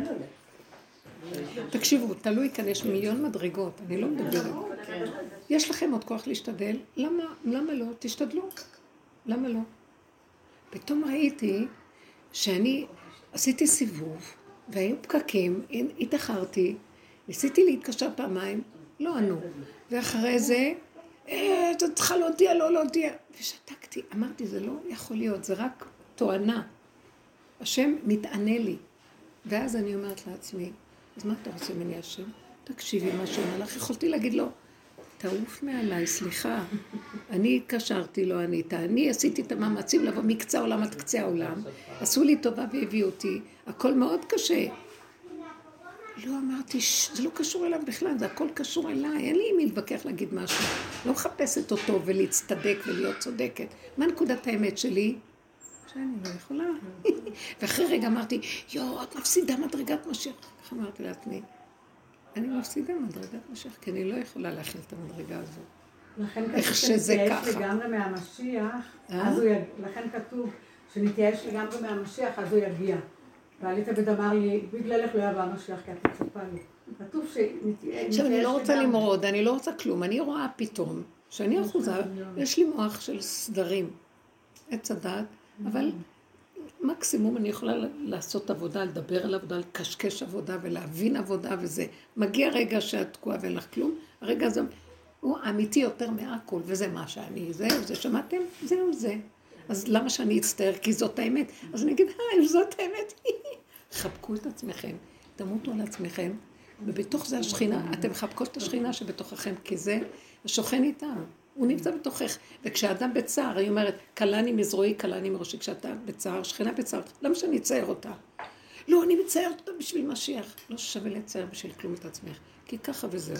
ללכת. תקשיבו, תלוי כאן, יש מיליון מדרגות, אני לא מדברת. יש לכם עוד כוח להשתדל? למה, למה לא? תשתדלו. למה לא? פתאום ראיתי שאני עשיתי סיבוב, והיו פקקים, התאחרתי, ניסיתי להתקשר פעמיים, לא ענו. ואחרי זה, אה, אתה צריכה להודיע, לא להודיע. ושתקתי, אמרתי, זה לא יכול להיות, זה רק תואנה. השם מתענה לי. ואז אני אומרת לעצמי, אז מה אתה רוצה ממני השם? תקשיבי מה שאומר לך, יכולתי להגיד לו, תעוף מעליי, סליחה, אני קשרתי, לא ענית, אני עשיתי את המאמצים לבוא מקצה העולם עד קצה העולם, עשו לי טובה והביאו אותי, הכל מאוד קשה. לא אמרתי, זה לא קשור אליו בכלל, זה הכל קשור אליי, אין לי מי להתווכח להגיד משהו, לא מחפשת אותו ולהצטדק ולהיות צודקת. מה נקודת האמת שלי? שאני לא יכולה. ואחרי רגע אמרתי, יו, את מפסידה מדרגת משיח. איך אמרתי לעצמי? אני מפסידה מדרגת משיח, כי אני לא יכולה להכיל את המדרגה הזו. איך שזה ככה. לכן כתוב שנתייאש לגמרי מהמשיח, אז הוא יגיע. לכן כתוב שנתייאש לגמרי מהמשיח, אז הוא יגיע. ואליטבד אמר לי, בגללך לא יבוא המשיח, כי את מצפה לי. כתוב שנתייאש... עכשיו, אני לא רוצה למרוד, אני לא רוצה כלום. אני רואה פתאום שאני אחוזה, יש לי מוח של סדרים, עץ הדעת, אבל מקסימום אני יכולה לעשות עבודה, לדבר על עבודה, לקשקש עבודה ולהבין עבודה וזה. מגיע רגע שאת תקועה ואין לך כלום, הרגע הזה הוא אמיתי יותר מהכל, וזה מה שאני, זהו, זה שמעתם? זהו זה. אז למה שאני אצטער? כי זאת האמת. אז אני אגיד, היי, זאת האמת. חבקו את עצמכם, תמותו על עצמכם, ובתוך זה השכינה, אתם חבקות את השכינה שבתוככם, כי זה שוכן איתם. הוא נמצא בתוכך, וכשאדם בצער, היא אומרת, קלני מזרועי, קלני מראשי, כשאתה בצער, שכינה בצער, למה שאני אצייר אותה? לא, אני מציירת אותה בשביל משיח. לא שווה לצייר בשביל כלום את עצמך, כי ככה וזהו.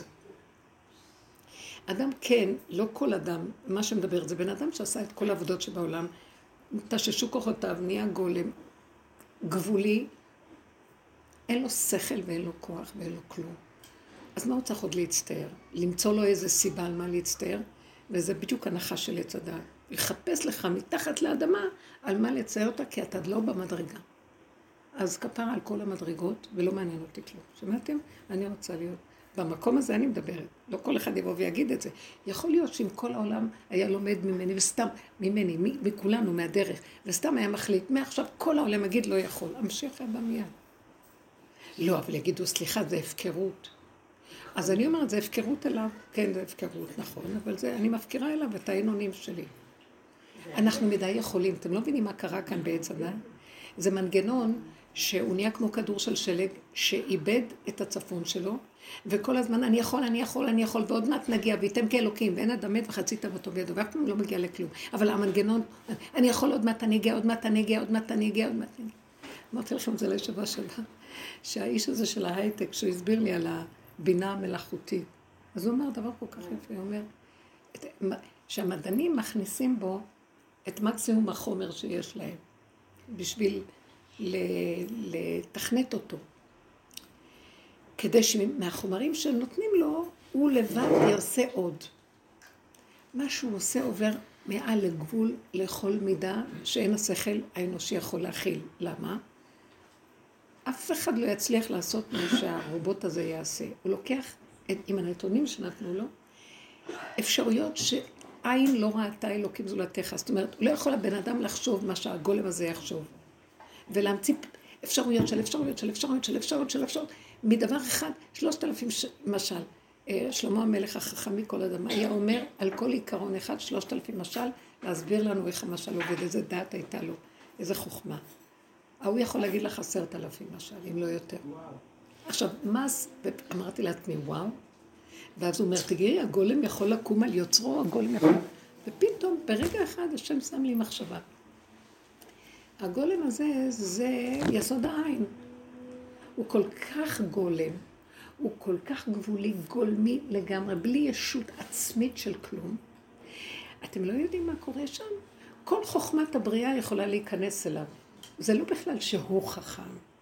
אדם כן, לא כל אדם, מה שמדבר, זה בן אדם שעשה את כל העבודות שבעולם, תששו כוחותיו, נהיה גולם, גבולי, אין לו שכל ואין לו כוח ואין לו כלום. אז מה הוא צריך עוד להצטער? למצוא לו איזה סיבה על מה להצטער? וזה בדיוק הנחה של עץ הדעת. לחפש לך מתחת לאדמה על מה לצייר אותה, כי אתה לא במדרגה. אז כפרה על כל המדרגות, ולא מעניין אותי כלום. שמעתם? אני רוצה להיות. במקום הזה אני מדברת. לא כל אחד יבוא ויגיד את זה. יכול להיות שאם כל העולם היה לומד ממני, וסתם ממני, מכולנו, מהדרך, וסתם היה מחליט, מעכשיו כל העולם יגיד לא יכול. המשיח היה במיד. לא, אבל יגידו, סליחה, זה הפקרות. אז אני אומרת, זה הפקרות אליו. כן, זה הפקרות, נכון, אבל זה, אני מפקירה אליו את העינונים שלי. אנחנו מדי יכולים. אתם לא מבינים מה קרה כאן בעץ הדת? זה מנגנון שהוא נהיה כמו כדור של שלג, שאיבד את הצפון שלו, וכל הזמן אני יכול, אני יכול, אני יכול, ועוד מעט נגיע, וייתם כאלוקים, ואין אדם מת וחצי תאוותו בידו, ואף פעם לא מגיע לכלום. אבל המנגנון, אני יכול עוד מעט אני אגיע, עוד מעט אני אגיע, עוד מעט אני אגיע, עוד מעט אני אגיע. אמרתי לכם, זה לשבוע שלה, שהאיש הזה של ההייטק, שהוא הסביר לי על הבינה המלאכותית, אז הוא אומר דבר כל כך יפה, הוא אומר, שהמדענים מכניסים בו את מקסימום החומר שיש להם, בשביל לתכנת אותו. כדי שמהחומרים שנותנים לו, הוא לבד יעשה עוד. מה שהוא עושה עובר מעל לגבול לכל מידה שאין השכל האנושי יכול להכיל. למה? אף אחד לא יצליח לעשות מה שהרובוט הזה יעשה. הוא לוקח את, עם הנתונים שנתנו לו, אפשרויות שעין לא ראתה אלוקים זולתך. זאת אומרת, הוא לא יכול הבן אדם לחשוב מה שהגולם הזה יחשוב. ולהמציא אפשרויות של אפשרויות של אפשרויות של אפשרויות של אפשרויות. מדבר אחד, שלושת אלפים משל. שלמה המלך החכם מכל אדם היה אומר על כל עיקרון אחד, שלושת אלפים משל, להסביר לנו איך המשל עובד, איזה דעת הייתה לו, איזה חוכמה. הוא יכול להגיד לך עשרת אלפים משל, אם לא יותר. עכשיו, מה, אמרתי לעצמי, וואו, ואז הוא אומר, תגידי, הגולם יכול לקום על יוצרו, הגולם יכול... ופתאום, ברגע אחד, השם שם לי מחשבה. הגולם הזה, זה יסוד העין. הוא כל כך גולם, הוא כל כך גבולי, גולמי לגמרי, בלי ישות עצמית של כלום. אתם לא יודעים מה קורה שם? כל חוכמת הבריאה יכולה להיכנס אליו. זה לא בכלל שהוא חכם.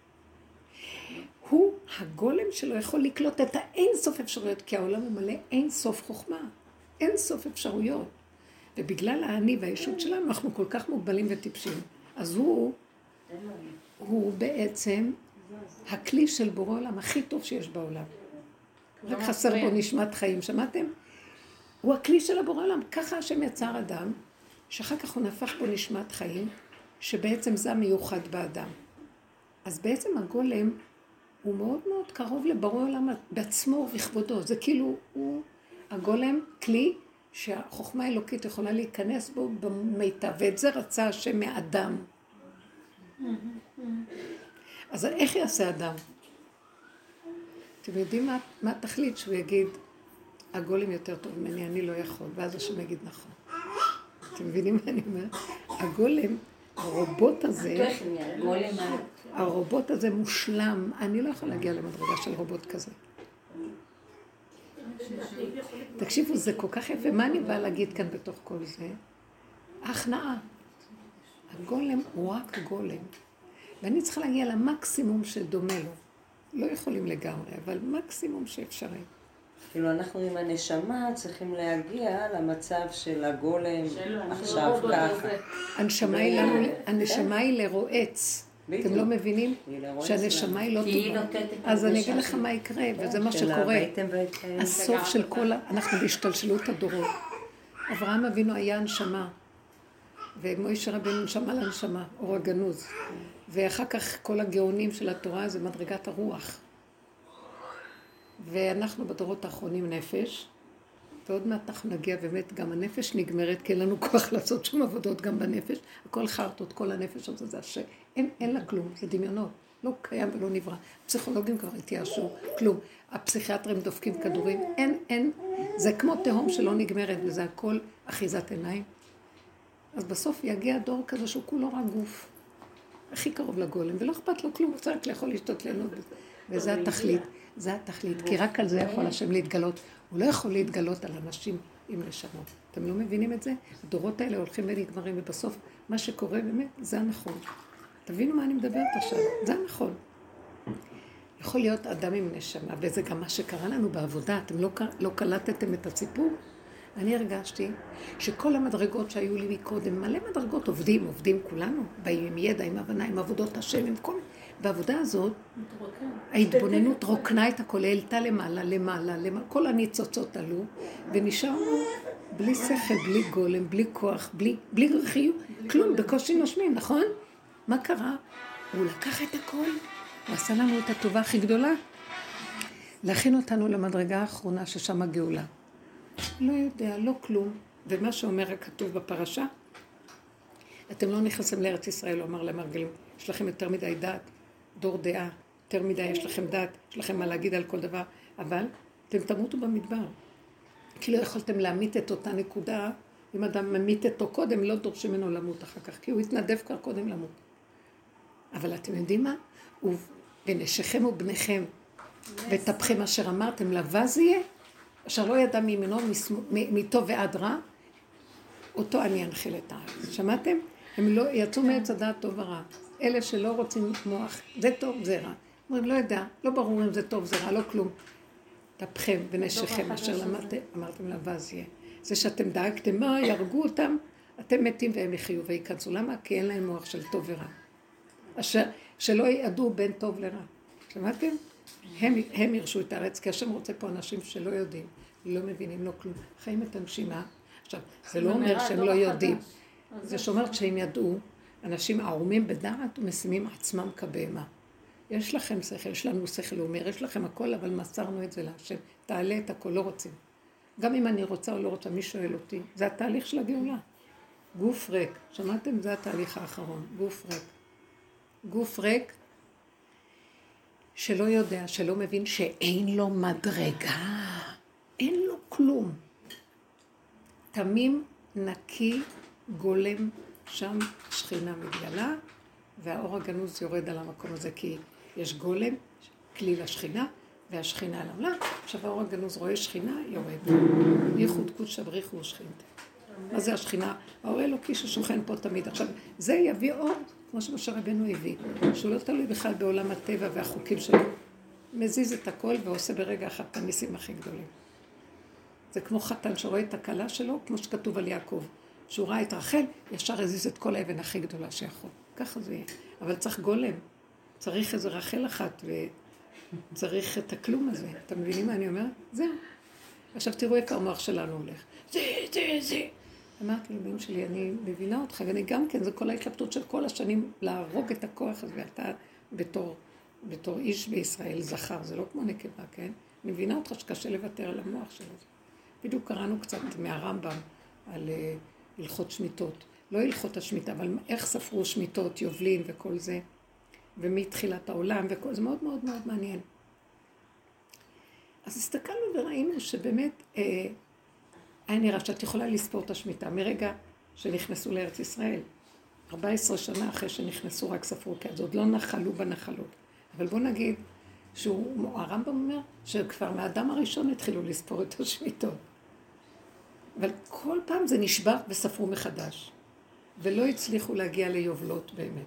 הוא, הגולם שלו יכול לקלוט את האין סוף אפשרויות, כי העולם הוא מלא אין סוף חוכמה, אין סוף אפשרויות. ובגלל העני והישות שלנו, אנחנו כל כך מוגבלים וטיפשים. אז הוא, הוא בעצם הכלי של בורא עולם הכי טוב שיש בעולם. רק חסר בו נשמת חיים, שמעתם? הוא הכלי של הבורא עולם. ככה השם יצר אדם, שאחר כך הוא נפח בו נשמת חיים, שבעצם זה המיוחד באדם. אז בעצם הגולם הוא מאוד מאוד קרוב לבורא עולם בעצמו ובכבודו. זה כאילו הוא, הגולם, כלי שהחוכמה האלוקית יכולה להיכנס בו במיטב, ואת זה רצה השם מאדם. אז איך יעשה אדם? אתם יודעים מה, מה התכלית שהוא יגיד, הגולם יותר טוב ממני, אני לא יכול, ואז השם יגיד נכון. אתם מבינים מה אני אומר? הגולם, הרובוט הזה, הרובוט הזה מושלם, אני לא יכול להגיע למדרגה של רובוט כזה. תקשיבו, זה כל כך יפה, מה אני באה להגיד כאן בתוך כל זה? ההכנעה. הגולם הוא רק גולם. ואני צריכה להגיע למקסימום שדומה לו. לא יכולים לגמרי, אבל מקסימום שאפשרי. כאילו אנחנו עם הנשמה צריכים להגיע למצב של הגולם עכשיו ככה. הנשמה היא לרועץ. אתם לא מבינים שהנשמה היא לא טובה. אז אני אגיד לך מה יקרה, וזה מה שקורה. הסוף של כל, אנחנו בהשתלשלות הדורות. אברהם אבינו היה הנשמה, ומוישה רבנו נשמה לנשמה, אור הגנוז. ואחר כך כל הגאונים של התורה זה מדרגת הרוח. ואנחנו בדורות האחרונים נפש, ועוד מעט אנחנו נגיע באמת, גם הנפש נגמרת, כי אין לנו כוח לעשות שום עבודות גם בנפש. הכל חרטות, כל הנפש הזה זה השם. אין, אין לה כלום, זה דמיונות. לא קיים ולא נברא. הפסיכולוגים כבר התייאשו, כלום. הפסיכיאטרים דופקים כדורים, אין, אין. זה כמו תהום שלא נגמרת, וזה הכל אחיזת עיניים. אז בסוף יגיע דור כזה שהוא כולו רק גוף. הכי קרוב לגולם, ולא אכפת לו כלום, הוא צריך לאכול לשתות ליהנות. וזה התכלית, זה התכלית, כי רק על זה יכול השם להתגלות. הוא לא יכול להתגלות על אנשים עם נשמות. אתם לא מבינים את זה? הדורות האלה הולכים ונגמרים, ובסוף מה שקורה באמת, זה הנכון. תבינו מה אני מדברת עכשיו, זה הנכון. יכול להיות אדם עם נשמה, וזה גם מה שקרה לנו בעבודה, אתם לא, לא קלטתם את הסיפור? אני הרגשתי שכל המדרגות שהיו לי מקודם, מלא מדרגות עובדים, עובדים כולנו, באים עם ידע, עם הבנה, עם עבודות השם, עם כל... בעבודה הזאת, ההתבוננות רוקנה את הכל, העלתה למעלה, למעלה, למעלה, כל הניצוצות עלו, ונשארנו בלי שכל, בלי גולם, בלי כוח, בלי, בלי חיוב, כלום, בקושי נושמים, נכון? מה קרה? הוא לקח את הכל, הוא עשה לנו את הטובה הכי גדולה, להכין אותנו למדרגה האחרונה ששם הגאולה. לא יודע, לא כלום, ומה שאומר הכתוב בפרשה, אתם לא נכנסים לארץ ישראל, הוא אמר למרגלים, יש לכם יותר מדי דעת, דור דעה, יותר מדי יש לכם דעת, יש לכם מה להגיד על כל דבר, אבל אתם תמותו במדבר. כי לא יכולתם להמית את אותה נקודה, אם אדם ממית אותו קודם, לא דורשים ממנו למות אחר כך, כי הוא התנדב כבר קודם למות. אבל אתם יודעים מה? ונשיכם ובניכם, ותפכם אשר אמרתם, לבז יהיה, אשר לא ידע מימינו, מטוב ועד רע, אותו אני אנחיל את הארץ. שמעתם? הם לא יצאו מעץ הדעת טוב ורע. אלה שלא רוצים מוח, זה טוב, זה רע. אומרים, לא יודע, לא ברור אם זה טוב, זה רע, לא כלום. תפכם ונשיכם אשר למדתם, אמרתם לבז יהיה. זה שאתם דאגתם, מה, ירגו אותם, אתם מתים והם יחיו וייכנסו. למה? כי אין להם מוח של טוב ורע. אשר, שלא ידעו בין טוב לרע. שמעתם? הם, הם ירשו את הארץ, כי השם רוצה פה אנשים שלא יודעים, לא מבינים, לא כלום. חיים את הנשימה. עכשיו, זה לא אומר שהם לא יודעים. זה שאומר שהם ידעו, אנשים ערומים בדעת ומשימים עצמם כבהמה. יש לכם שכל, יש לנו שכל, הוא אומר, יש לכם הכל, אבל מסרנו את זה להשם. תעלה את הכל, לא רוצים. גם אם אני רוצה או לא רוצה, מי שואל אותי, זה התהליך של הגאולה. גוף ריק, שמעתם? זה התהליך האחרון, גוף ריק. גוף ריק, שלא יודע, שלא מבין שאין לו מדרגה, אין לו כלום. תמים, נקי, גולם, שם שכינה מתגלה, והאור הגנוז יורד על המקום הזה, כי יש גולם, כלי לשכינה, והשכינה על העולם. עכשיו האור הגנוז רואה שכינה, יורד. ייחוד קודש בריך ושכינתה. מה זה השכינה? האור אלוקי ששוכן פה תמיד. עכשיו, זה יביא אור, כמו שמשה רבנו הביא, שהוא לא תלוי בכלל בעולם הטבע והחוקים שלו. מזיז את הכל ועושה ברגע אחד את הניסים הכי גדולים. זה כמו חתן שרואה את הכלה שלו, כמו שכתוב על יעקב. שהוא ראה את רחל, ישר הזיז את כל האבן הכי גדולה שיכול. ככה זה יהיה. אבל צריך גולם. צריך איזה רחל אחת, וצריך את הכלום הזה. אתם מבינים מה אני אומרת? זהו. עכשיו תראו איפה המוח שלנו הולך. זה, זה, זה. אמרתי לבאים שלי, אני מבינה אותך, ואני גם כן, זה כל ההתלבטות של כל השנים, להרוג את הכוח הזה, ואתה בתור, בתור איש בישראל, זכר, זה לא כמו נקבה, כן? אני מבינה אותך שקשה לוותר על המוח של זה. בדיוק קראנו קצת מהרמב"ם על uh, הלכות שמיטות. לא הלכות השמיטה, אבל איך ספרו שמיטות, יובלין וכל זה, ומתחילת העולם, וכל זה מאוד מאוד מאוד מעניין. אז הסתכלנו וראינו שבאמת, אה, היה נראה שאת יכולה לספור את השמיטה, מרגע שנכנסו לארץ ישראל. ארבע עשרה שנה אחרי שנכנסו רק ספרו, כי אז עוד לא נחלו בנחלות. אבל בוא נגיד, שהוא, הרמב"ם אומר, שכבר מהאדם הראשון התחילו לספור את השמיטות. אבל כל פעם זה נשבר וספרו מחדש. ולא הצליחו להגיע ליובלות באמת.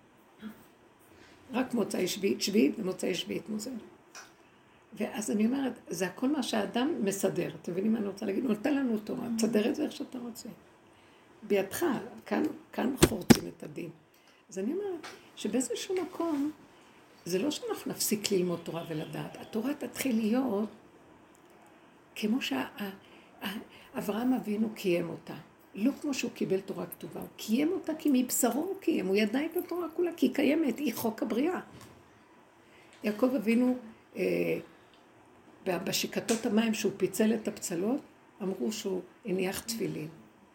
רק מוצאי שביעית, שביעית ומוצאי שביעית מוזר. ואז אני אומרת, זה הכל מה שהאדם מסדר. אתם מבינים מה אני רוצה להגיד? הוא נותן לנו תורה, תסדר את זה איך שאתה רוצה. בידך, כאן, כאן חורצים את הדין. אז אני אומרת, שבאיזשהו מקום, זה לא שאנחנו נפסיק ללמוד תורה ולדעת. התורה תתחיל להיות כמו שה... אברהם אבינו קיים אותה. לא כמו שהוא קיבל תורה כתובה, הוא קיים אותה כי מבשרו הוא קיים, הוא ידע את התורה כולה, כי היא קיימת, היא חוק הבריאה. יעקב אבינו, אה, בשיקתות המים שהוא פיצל את הפצלות, אמרו שהוא הניח תפילין.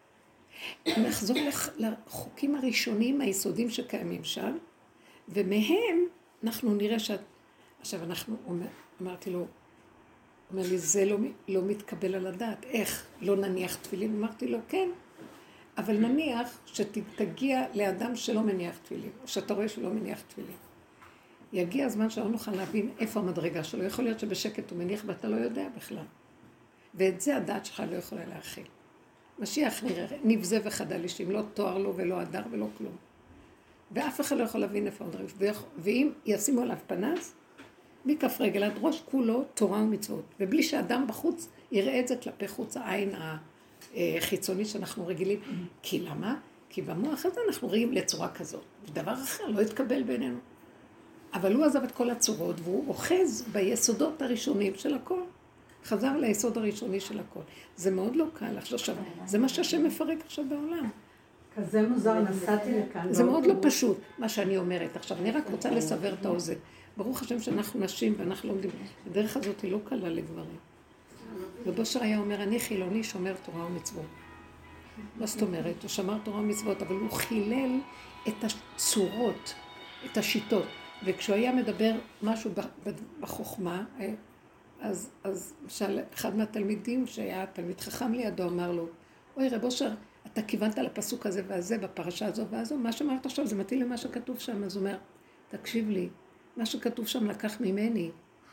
נחזור לחוקים הראשונים, היסודים שקיימים שם, ומהם אנחנו נראה שאת... עכשיו אנחנו, אמרתי לו, אומר לי, זה לא, לא מתקבל על הדעת. איך? לא נניח תפילין? אמרתי לו, כן. אבל נניח שתגיע לאדם שלא מניח תפילין, או שאתה רואה שלא מניח תפילין. יגיע הזמן שלא נוכל להבין איפה המדרגה שלו. יכול להיות שבשקט הוא מניח ואתה לא יודע בכלל. ואת זה הדעת שלך לא יכולה להכיל. משיח נראה, נבזה וחדל אישים, לא תואר לו ולא הדר ולא כלום. ואף אחד לא יכול להבין איפה המדרגה. ואם ישימו עליו פנס, מכף רגל עד ראש כולו תורה ומצוות. ובלי שאדם בחוץ יראה את זה כלפי חוץ העין החיצוני שאנחנו רגילים. כי למה? כי במוח הזה אנחנו רואים לצורה כזאת. ודבר אחר לא יתקבל בינינו. אבל הוא עזב את כל הצורות והוא אוחז ביסודות הראשונים של הכל. חזר ליסוד הראשוני של הכל. זה מאוד לא קל. עכשיו, זה מה שהשם מפרק עכשיו בעולם. כזה מוזר, נסעתי לכאן. זה מאוד לא פשוט, מה שאני אומרת. עכשיו, אני רק רוצה לסבר את האוזן. ברוך השם שאנחנו נשים ואנחנו לומדים. הדרך הזאת היא לא קלה לגברים. ובושר היה אומר, אני חילוני שומר תורה ומצוות. מה זאת אומרת? הוא שמר תורה ומצוות, אבל הוא חילל את הצורות, את השיטות. וכשהוא היה מדבר משהו בחוכמה, אז, אז למשל, אחד מהתלמידים שהיה תלמיד חכם לידו אמר לו, אוי רב אושר, אתה כיוונת לפסוק הזה והזה בפרשה הזו והזו, מה שאמרת עכשיו זה מתאים למה שכתוב שם, אז הוא אומר, תקשיב לי, מה שכתוב שם לקח ממני.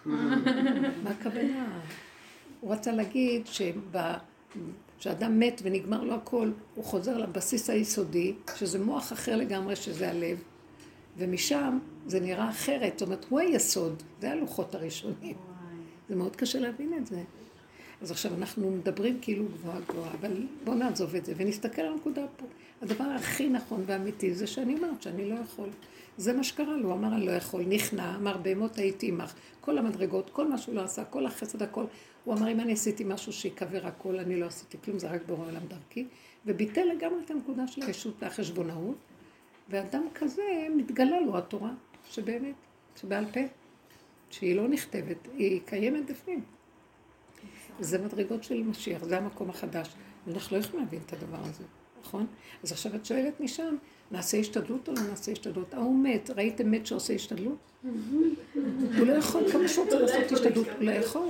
מה הכוונה? הוא רצה להגיד שבא, שאדם מת ונגמר לו הכל, הוא חוזר לבסיס היסודי, שזה מוח אחר לגמרי, שזה הלב, ומשם זה נראה אחרת, זאת אומרת, הוא היסוד, זה הלוחות הראשונים. זה מאוד קשה להבין את זה. אז עכשיו אנחנו מדברים כאילו גבוהה גבוהה, אבל בואו נעזוב את זה ונסתכל על הנקודה פה. הדבר הכי נכון ואמיתי זה שאני אומרת שאני לא יכול. זה מה שקרה לו, הוא אמר אני לא יכול, נכנע, אמר בהמות הייתי עמך, כל המדרגות, כל מה שהוא לא עשה, כל החסד, הכל. הוא אמר אם אני עשיתי משהו שיקבר הכל, אני לא עשיתי כלום, זה רק בורא עולם דרכי, וביטל לגמרי את הנקודה של הישות והחשבונאות, ואדם כזה מתגלה לו התורה, שבאמת, שבעל פה, שהיא לא נכתבת, היא קיימת בפנים. זה מדרגות של משיח, זה המקום החדש. ואנחנו לא יכולים להבין את הדבר הזה, נכון? אז עכשיו את שואלת משם, נעשה השתדלות או לא נעשה השתדלות? הוא מת, ראיתם מת שעושה השתדלות? הוא לא יכול, כמה שהוא רוצה לעשות השתדלות, הוא לא יכול.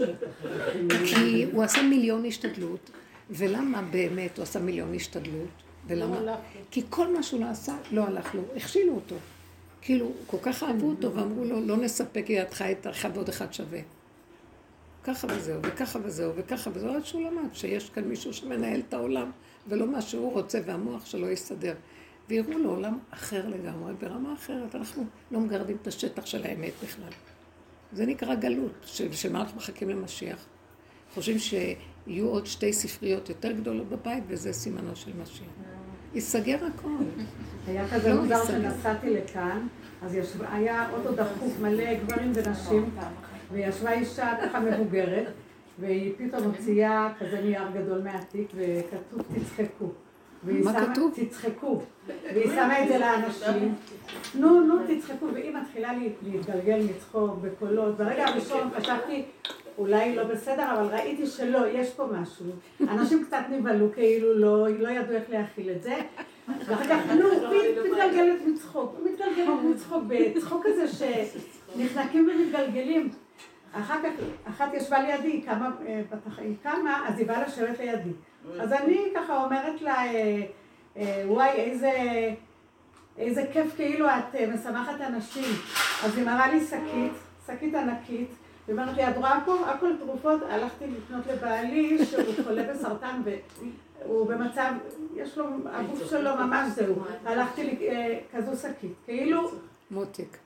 כי הוא עשה מיליון השתדלות, ולמה באמת הוא עשה מיליון השתדלות? ולמה? כי כל מה שהוא לא עשה, לא הלך לו, הכשילו אותו. כאילו, כל כך אהבו אותו ואמרו לו, לא נספק ידך את אחד ועוד אחד שווה. ככה וזהו, וככה וזהו, וככה וזהו, עד שהוא למד שיש כאן מישהו שמנהל את העולם, ולא מה שהוא רוצה, והמוח שלו יסתדר. ויראו לו עולם אחר לגמרי, ברמה אחרת. אנחנו לא מגרדים את השטח של האמת בכלל. זה נקרא גלות, שמה אנחנו מחכים למשיח. חושבים שיהיו עוד שתי ספריות יותר גדולות בבית, וזה סימנו של משיח. ייסגר הכל. היה כזה מוזר שנסעתי לכאן, אז היה אוטו דחוף מלא גברים ונשים, וישבה אישה ככה מבוגרת, והיא פתאום הוציאה כזה נייר גדול מהתיק, וכתוב תצחקו. מה כתוב? תצחקו. והיא שמה את זה לאנשים. נו, נו, תצחקו. והיא מתחילה להתגלגל מצחוק בקולות. ברגע הראשון חשבתי, אולי לא בסדר, אבל ראיתי שלא, יש פה משהו. אנשים קצת נבלו, כאילו לא, לא ידעו איך להכיל את זה. ואחר כך, נו, מתגלגלת מצחוק. מתגלגלת מצחוק, בצחוק הזה שנחנקים ומתגלגלים. אחר כך, אחת ישבה לידי, היא קמה, היא קמה, אז היא באה לשבת לידי. אז אני ככה אומרת לה, וואי, איזה, איזה כיף כאילו את משמחת אנשים. אז היא מראה לי שקית, שקית ענקית, והיא אומרת לי, את רואה פה, הכל תרופות, הלכתי לקנות לבעלי שהוא חולה בסרטן והוא במצב, יש לו, הגוף שלו ממש זהו. הלכתי לי כזו שקית, כאילו... מותק.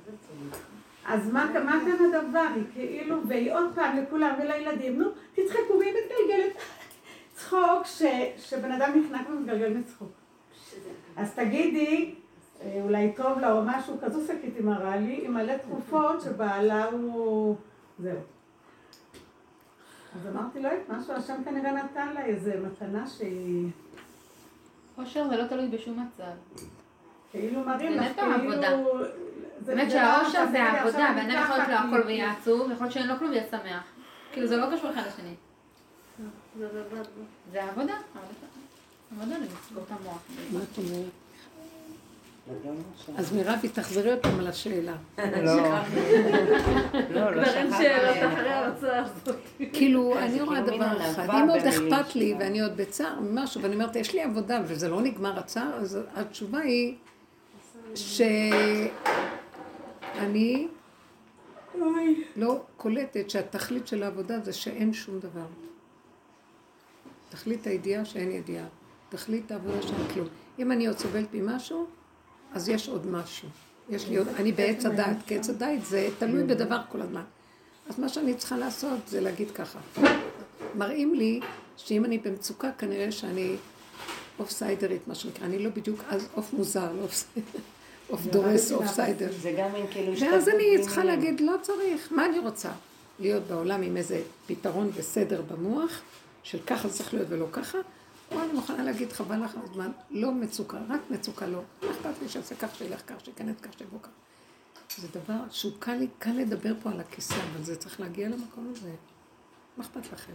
אז מה כאן הדבר? היא כאילו, והיא עוד פעם לכולם ולילדים, נו, תצחקו, והיא מתגלגלת. צחוק ש, שבן אדם נחנק ומתגלגל מצחוק. אז תגידי, אולי טוב לה או משהו, כזו שקית היא מראה לי, עם מלא תרופות שבעלה הוא... זהו. אז אמרתי, לא יודעת, משהו, השם כנראה נתן לה איזה מתנה שהיא... אושר זה לא תלוי בשום מצב. כאילו מראים לך, באמת העבודה. כאילו... באמת שהאושר זה העבודה, ואני יכול להיות לו הכל ויהיה עצוב, ויכול להיות שאין לו כלום ויהיה שמח. כאילו זה לא קשור אחד לשני. זה העבודה, עבודה למצוות המוח. מה את אומרת? אז מירבי, תחזרי אותם על השאלה. לא, לא, לא שכחתי. כאילו, אני רואה דבר אחד, אם עוד אכפת לי ואני עוד בצער ממשהו, ואני אומרת, יש לי עבודה וזה לא נגמר הצער, אז התשובה היא שאני לא קולטת שהתכלית של העבודה זה שאין שום דבר. תכלית הידיעה שאין ידיעה. תכלית העבודה שאין כלום. אם אני עוד סובלת ממשהו, אז יש עוד משהו. יש לי עוד, אני בעץ הדעת, כי עץ הדעת זה תלוי בדבר כל הזמן. אז מה שאני צריכה לעשות זה להגיד ככה. מראים לי שאם אני במצוקה, כנראה שאני אוף סיידרית, מה שנקרא. אני לא בדיוק, אז אוף מוזר, לא אוף סיידר. אוף דורס, אוף סיידר. זה גם אין כאילו... ואז אני צריכה להגיד, לא צריך. מה אני רוצה? להיות בעולם עם איזה פתרון וסדר במוח, של ככה זה צריך להיות ולא ככה, או אני מוכנה להגיד, חבל לך הזמן, לא מצוקה, רק מצוקה לא. לא אכפת לי שעשה כך, שילך כך, שכנס כך, שבוא כך. זה דבר שהוא קל לי, קל לדבר פה על הכיסא, אבל זה צריך להגיע למקום הזה. מה אכפת לכם?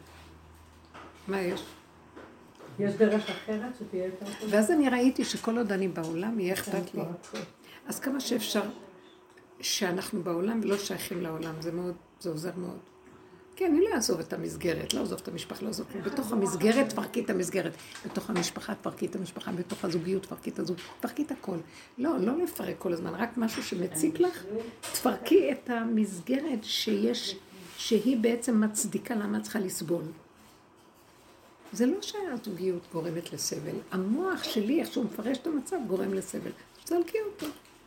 מה יש? יש דרך אחרת שתהיה יותר טוב? ואז אני ראיתי שכל עוד אני בעולם, יהיה אכפת לי. אז כמה שאפשר שאנחנו בעולם ולא שייכים לעולם, זה מאוד, זה עוזר מאוד. כן, אני לא אעזוב את המסגרת, לא אעזוב את המשפחה, לא אעזוב. בתוך המסגרת תפרקי את המסגרת, בתוך המשפחה תפרקי את המשפחה, בתוך הזוגיות תפרקי את הזוג, תפרקי את הכל. לא, לא לפרק כל הזמן, רק משהו שמציק לך, תפרקי את המסגרת שיש, שהיא בעצם מצדיקה למה צריכה לסבול. זה לא שהזוגיות גורמת לסבל, המוח שלי, איך שהוא מפרש את המצב, גורם לסבל. תצלקי אותו.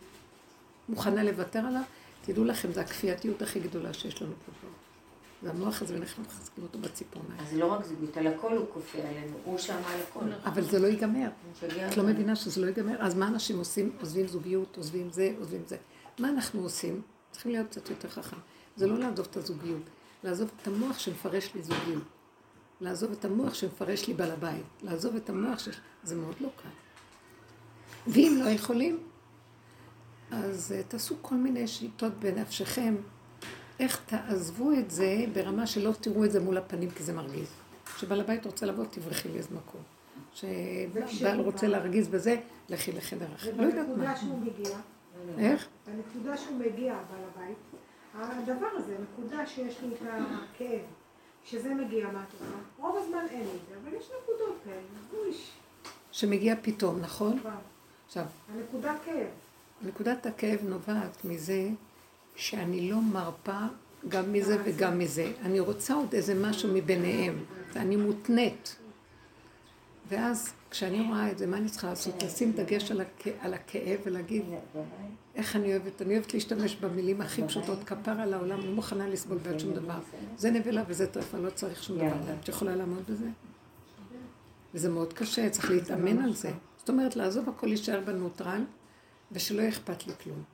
מוכנה לוותר עליו? תדעו לכם, זה הכפייתיות הכי גדולה שיש לנו פה. זה המוח הזה, ואנחנו מחזקים אותו בציפורניים. אז לא רק זוגיות, על הכל הוא כופה עלינו, הוא שם על הכל. אבל זה לא ייגמר. את לא מבינה שזה לא ייגמר? אז מה אנשים עושים? עוזבים זוגיות, עוזבים זה, עוזבים זה. מה אנחנו עושים? צריכים להיות קצת יותר חכם. זה לא לעזוב את הזוגיות, לעזוב את המוח שמפרש לי זוגיות. לעזוב את המוח שמפרש לי בעל הבית. לעזוב את המוח ש... זה מאוד לא קל. ואם לא יכולים, אז תעשו כל מיני שיטות בנפשכם, איך תעזבו את זה ברמה שלא תראו את זה מול הפנים, כי זה מרגיז. כשבעל הבית רוצה לבוא, תברכי לי איזה מקום. שבעל רוצה להרגיז בזה, לכי לחדר אחר. לא יודעת מה. בנקודה שהוא מגיע. איך? בנקודה שהוא מגיע, בעל הבית, הדבר הזה, נקודה שיש לי את הכאב, שזה מגיע מהתורה, רוב הזמן אין לי זה, אבל יש נקודות כאלה, גוש. שמגיע פתאום, נכון? עכשיו, הנקודת כאב. נקודת הכאב נובעת מזה שאני לא מרפה גם מזה וגם מזה. אני רוצה עוד איזה משהו מביניהם, ואני מותנית. ואז כשאני רואה את זה, מה אני צריכה לעשות? לשים דגש על, הכ... על הכאב ולהגיד איך אני אוהבת. אני אוהבת להשתמש במילים הכי פשוטות, כפר על העולם, לא מוכנה לסבול בעד שום דבר. זה נבלה וזה טרפה, לא צריך שום דבר. את יכולה לעמוד בזה? וזה מאוד קשה, צריך להתאמן על זה. זאת אומרת, לעזוב הכל להישאר בנוטרל, ושלא אכפת לי כלום.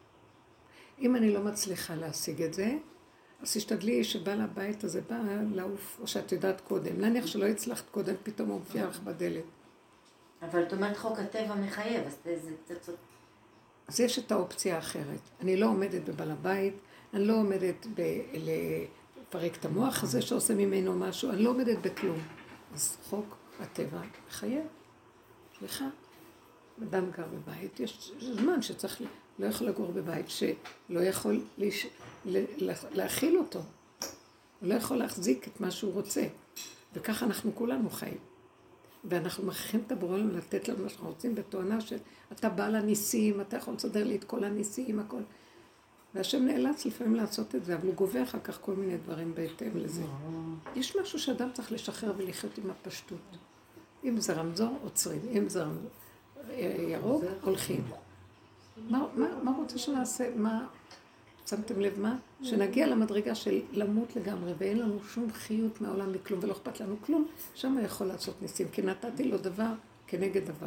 אם אני לא מצליחה להשיג את זה, אז תשתדלי שבעל הבית הזה בא לעוף, או שאת יודעת קודם. נניח שלא הצלחת קודם, פתאום הוא מופיע לך בדלת. אבל את אומרת חוק הטבע מחייב, אז זה קצת... אז יש את האופציה האחרת. אני לא עומדת בבעל הבית, אני לא עומדת ב- לפרק את המוח הזה שעושה ממנו משהו, אני לא עומדת בכלום. אז חוק הטבע מחייב. סליחה, אדם גר בבית, יש זמן שצריך, לא יכול לגור בבית שלא יכול להש... להכיל אותו. הוא לא יכול להחזיק את מה שהוא רוצה. וככה אנחנו כולנו חיים. ואנחנו מכריחים את הבורא לנו לתת לנו מה שאנחנו רוצים בתואנה של אתה בא לניסים, אתה יכול לסדר לי את כל הניסים, הכל. והשם נאלץ לפעמים לעשות את זה, אבל הוא גובה אחר כך כל מיני דברים בהתאם לזה. יש משהו שאדם צריך לשחרר ולחיות עם הפשטות. אם זה רמזור, עוצרים. אם זה רמזור ירוק, הולכים. מה, מה, מה רוצה שנעשה? מה, שמתם לב מה? שנגיע למדרגה של למות לגמרי, ואין לנו שום חיות מהעולם מכלום, ולא אכפת לנו כלום, שם הוא יכול לעשות ניסים, כי נתתי לו דבר כנגד דבר.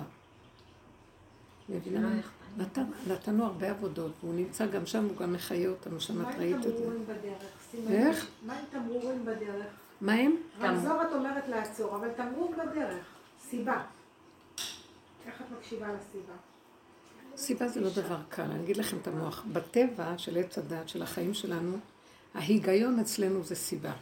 מבינה? נתן, נתנו הרבה עבודות, והוא נמצא גם שם, הוא גם מחיה אותנו, שם את ראית את זה. מה עם תמרורים בדרך? איך? מה עם תמרורים בדרך? מה הם? רמזור את אומרת לעצור, אבל תמרור בדרך, סיבה. איך את מקשיבה לסיבה? סיבה זה לא דבר קל, אני אגיד לכם את המוח. בטבע של עץ הדת, של החיים שלנו, ההיגיון אצלנו זה סיבה.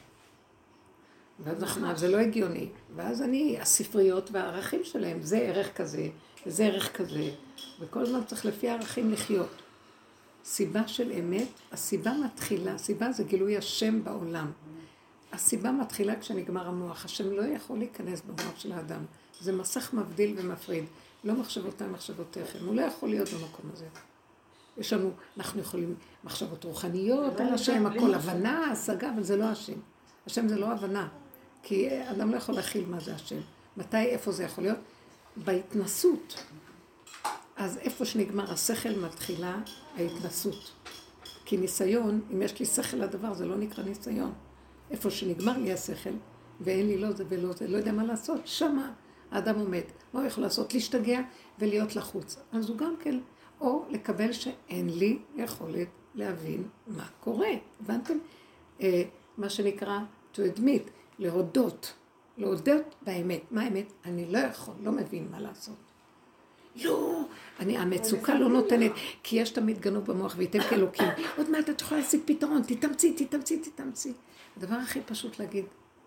ואז אנחנו, זה לא הגיוני. ואז אני, הספריות והערכים שלהם, זה ערך כזה, וזה ערך כזה. וכל הזמן צריך לפי הערכים לחיות. סיבה של אמת, הסיבה מתחילה, הסיבה זה גילוי השם בעולם. הסיבה מתחילה כשנגמר המוח. השם לא יכול להיכנס במוח של האדם. זה מסך מבדיל ומפריד. לא מחשבותיי, מחשבותיכם. הוא לא יכול להיות במקום הזה. יש לנו, אנחנו יכולים מחשבות רוחניות על השם, הכל הבנה, השגה, אבל זה לא השם. השם זה לא הבנה. כי אדם לא יכול להכיל מה זה השם. מתי, איפה זה יכול להיות? בהתנסות. אז איפה שנגמר השכל מתחילה ההתנסות. כי ניסיון, אם יש לי שכל לדבר, זה לא נקרא ניסיון. איפה שנגמר לי השכל, ואין לי לא זה ולא זה, לא יודע מה לעשות, שמה האדם עומד. מה הוא יכול לעשות? להשתגע ולהיות לחוץ. אז הוא גם כן, או לקבל שאין לי יכולת להבין מה קורה. הבנתם? אה, מה שנקרא to admit, להודות. להודות באמת. מה האמת? אני לא יכול, לא מבין מה לעשות. לא, אני, המצוקה לא נותנת, כי יש תמיד גנוב במוח וייתן כאלוקים. עוד מעט את יכולה להשיג פתרון, תתאמצי, תתאמצי, תתאמצי. הדבר הכי פשוט להגיד,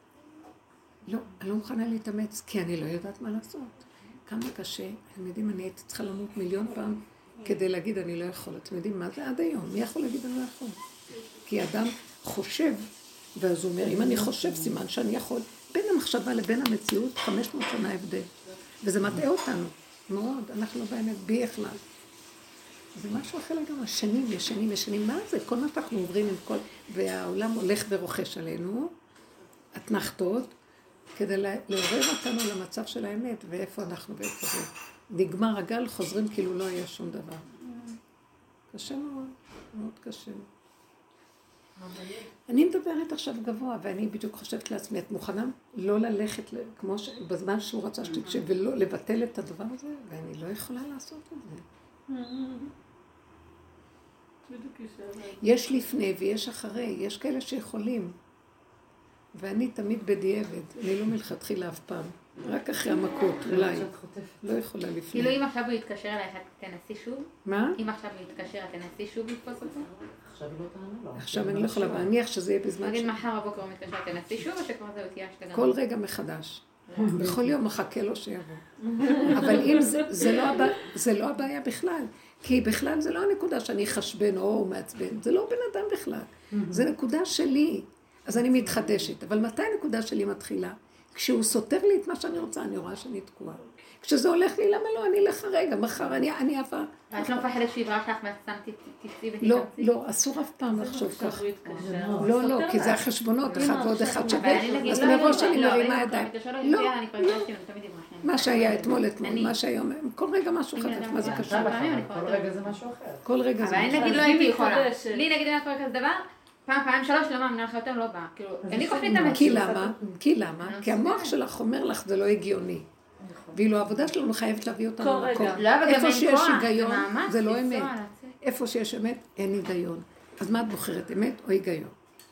לא, אני לא מוכנה להתאמץ, כי אני לא יודעת מה לעשות. כמה קשה, אתם יודעים, אני הייתי צריכה למות מיליון פעם כדי להגיד אני לא יכול. אתם יודעים מה זה עד היום? מי יכול להגיד אני לא יכול? כי אדם חושב, ואז הוא אומר, אם אני חושב, סימן שאני יכול. בין המחשבה לבין המציאות, חמש מאות שנה הבדל. וזה מטעה אותנו. מאוד, אנחנו לא באמת בי אחד. זה משהו אחר לגמרי, שנים ושנים ושנים, מה זה? כל מה שאנחנו עוברים עם כל, והעולם הולך ורוכש עלינו, התנחתות, כדי לעורר אותנו למצב של האמת, ואיפה אנחנו ואיפה זה. נגמר הגל, חוזרים כאילו לא היה שום דבר. קשה מאוד, מאוד קשה. אני מדברת עכשיו גבוה, ואני בדיוק חושבת לעצמי, את מוכנה לא ללכת כמו ש... בזמן שהוא רצה שתקשב, ולא לבטל את הדבר הזה, ואני לא יכולה לעשות את זה. יש לפני ויש אחרי, יש כאלה שיכולים. ואני תמיד בדיעבד, אני לא מלכתחילה אף פעם, רק אחרי המכות, אולי. לא יכולה לפני. כאילו אם עכשיו הוא יתקשר אלייך, תנסי שוב? מה? אם עכשיו הוא יתקשר, תנסי שוב לתפוס אותו? עכשיו היא לא תענה לו. עכשיו אני לא יכולה להניח שזה יהיה בזמן נגיד מחר בבוקר הוא מתקשר, תנסי שוב או שכבר זהו תהיה השתגע? כל רגע מחדש. בכל יום מחכה לו שיבוא. אבל אם זה לא הבעיה בכלל, כי בכלל זה לא הנקודה שאני חשבן או מעצבן, זה לא בן אדם בכלל, זה נקודה שלי. אז אני מתחדשת, אבל מתי הנקודה שלי מתחילה? כשהוא סותר לי את מה שאני רוצה, אני רואה שאני תקועה. כשזה הולך לי, למה לא? אני אלך הרגע, מחר, אני אעבר. את לא מפחדת שיברח לך ואת סתם תצאי ותתאמצי? לא, לא, אסור אף פעם לחשוב כך. לא, לא, כי זה החשבונות, אחד ועוד אחד שווה. אז מראש אני מרימה ידיים. לא, לא. מה שהיה אתמול, אתמול, מה שהיום, כל רגע משהו חדש, מה זה קשור? כל רגע זה משהו אחר. כל רגע זה משהו אחר. אחר. אבל אני נגיד לא הייתי יכולה. לי נגיד אם את קורא כזה דבר, פעם, פעם, שלוש, לא מאמינה לך יותר, לא באה. כאילו, אין לי כופית המציאות. כי למה? כי למה? כי המוח שלך אומר לך, זה לא הגיוני. ואילו העבודה שלנו חייבת להביא אותנו למקום. איפה שיש היגיון, זה לא אמת. איפה שיש אמת, אין היגיון. אז מה את בוחרת, אמת או היגיון?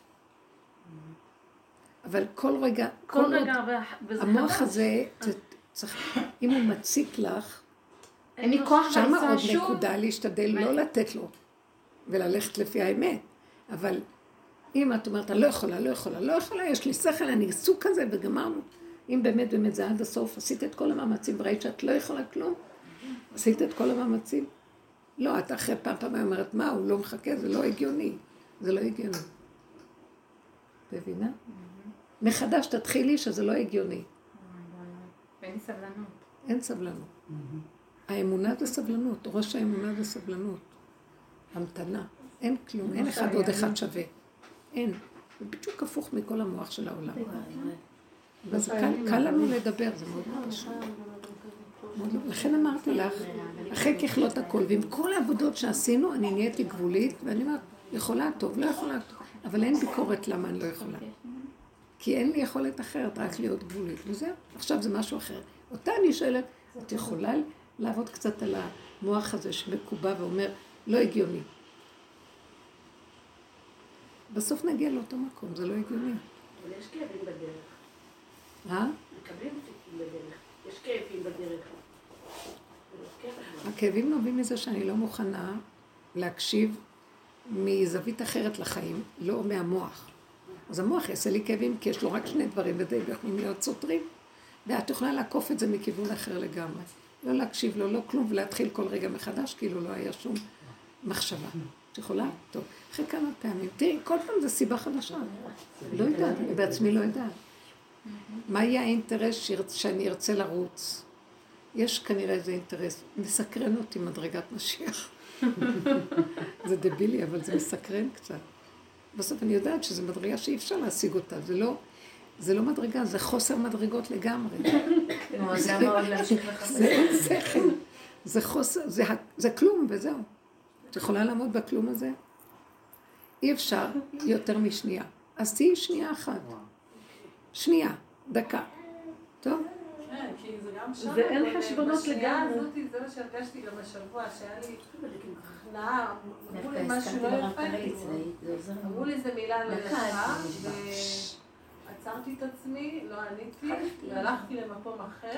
אבל כל רגע, כל רגע, המוח הזה, אם הוא מציק לך, שמה עוד נקודה להשתדל לא לתת לו, וללכת לפי האמת. אבל אם את אומרת, אני לא יכולה, לא יכולה, לא יכולה, יש לי שכל, אני סוג כזה וגמרנו. אם באמת באמת זה עד הסוף, עשית את כל המאמצים וראית שאת לא יכולה כלום, עשית את כל המאמצים. לא, את אחרי פעם פעם אומרת, מה, הוא לא מחכה, זה לא הגיוני. זה לא הגיוני. תבינה? מחדש תתחילי שזה לא הגיוני. ואין סבלנות. אין סבלנות. האמונה זה סבלנות, ראש האמונה זה סבלנות. המתנה. אין כלום, אין אחד ועוד אחד שווה. אין. זה בדיוק הפוך מכל המוח של העולם. וזה קל לנו לדבר, זה מאוד פשוט. לכן אמרתי לך, אחרי ככלות הכל, ועם כל העבודות שעשינו, אני נהייתי גבולית, ואני אומרת, יכולה טוב, לא יכולה טוב, אבל אין ביקורת למה אני לא יכולה. כי אין לי יכולת אחרת, רק להיות גבולית, וזהו, עכשיו זה משהו אחר. אותה אני שואלת, את יכולה לעבוד קצת על המוח הזה שמקובע ואומר, לא הגיוני. בסוף נגיע לאותו מקום, זה לא הגיוני. אבל יש כאבים בדרך. אה? מקבלים פיקים בדרך. יש כאבים בדרך. הכאבים נובעים מזה שאני לא מוכנה להקשיב מזווית אחרת לחיים, לא מהמוח. אז המוח יעשה לי כאבים, כי יש לו רק שני דברים ודי יכולים להיות סותרים, ואת יכולה לעקוף את זה מכיוון אחר לגמרי. לא להקשיב לו, לא כלום, ולהתחיל כל רגע מחדש, כאילו לא היה שום מחשבה. את יכולה? טוב. אחרי כמה פעמים. תראי, כל פעם זה סיבה חדשה. לא יודעת, אני בעצמי לא יודעת. מה יהיה האינטרס שאני ארצה לרוץ? יש כנראה איזה אינטרס. מסקרן אותי מדרגת משיח. זה דבילי, אבל זה מסקרן קצת. בסוף אני יודעת שזו מדרגה שאי אפשר להשיג אותה. זה לא, זה לא מדרגה, זה חוסר מדרגות לגמרי. זה אין שכל. זה חוסר, זה, זה כלום וזהו. את יכולה לעמוד בכלום הזה? אי אפשר יותר משנייה. אז תהי שנייה אחת. שנייה, דקה. טוב? כן, כי זה גם שם. זה אין חשבונות לגמרי. זה מה שהרגשתי גם השבוע, שהיה לי הכנעה, אמרו לי משהו לא יפה, אמרו לי איזה מילה לא יפה, ועצרתי את עצמי, לא עניתי, והלכתי למקום אחר,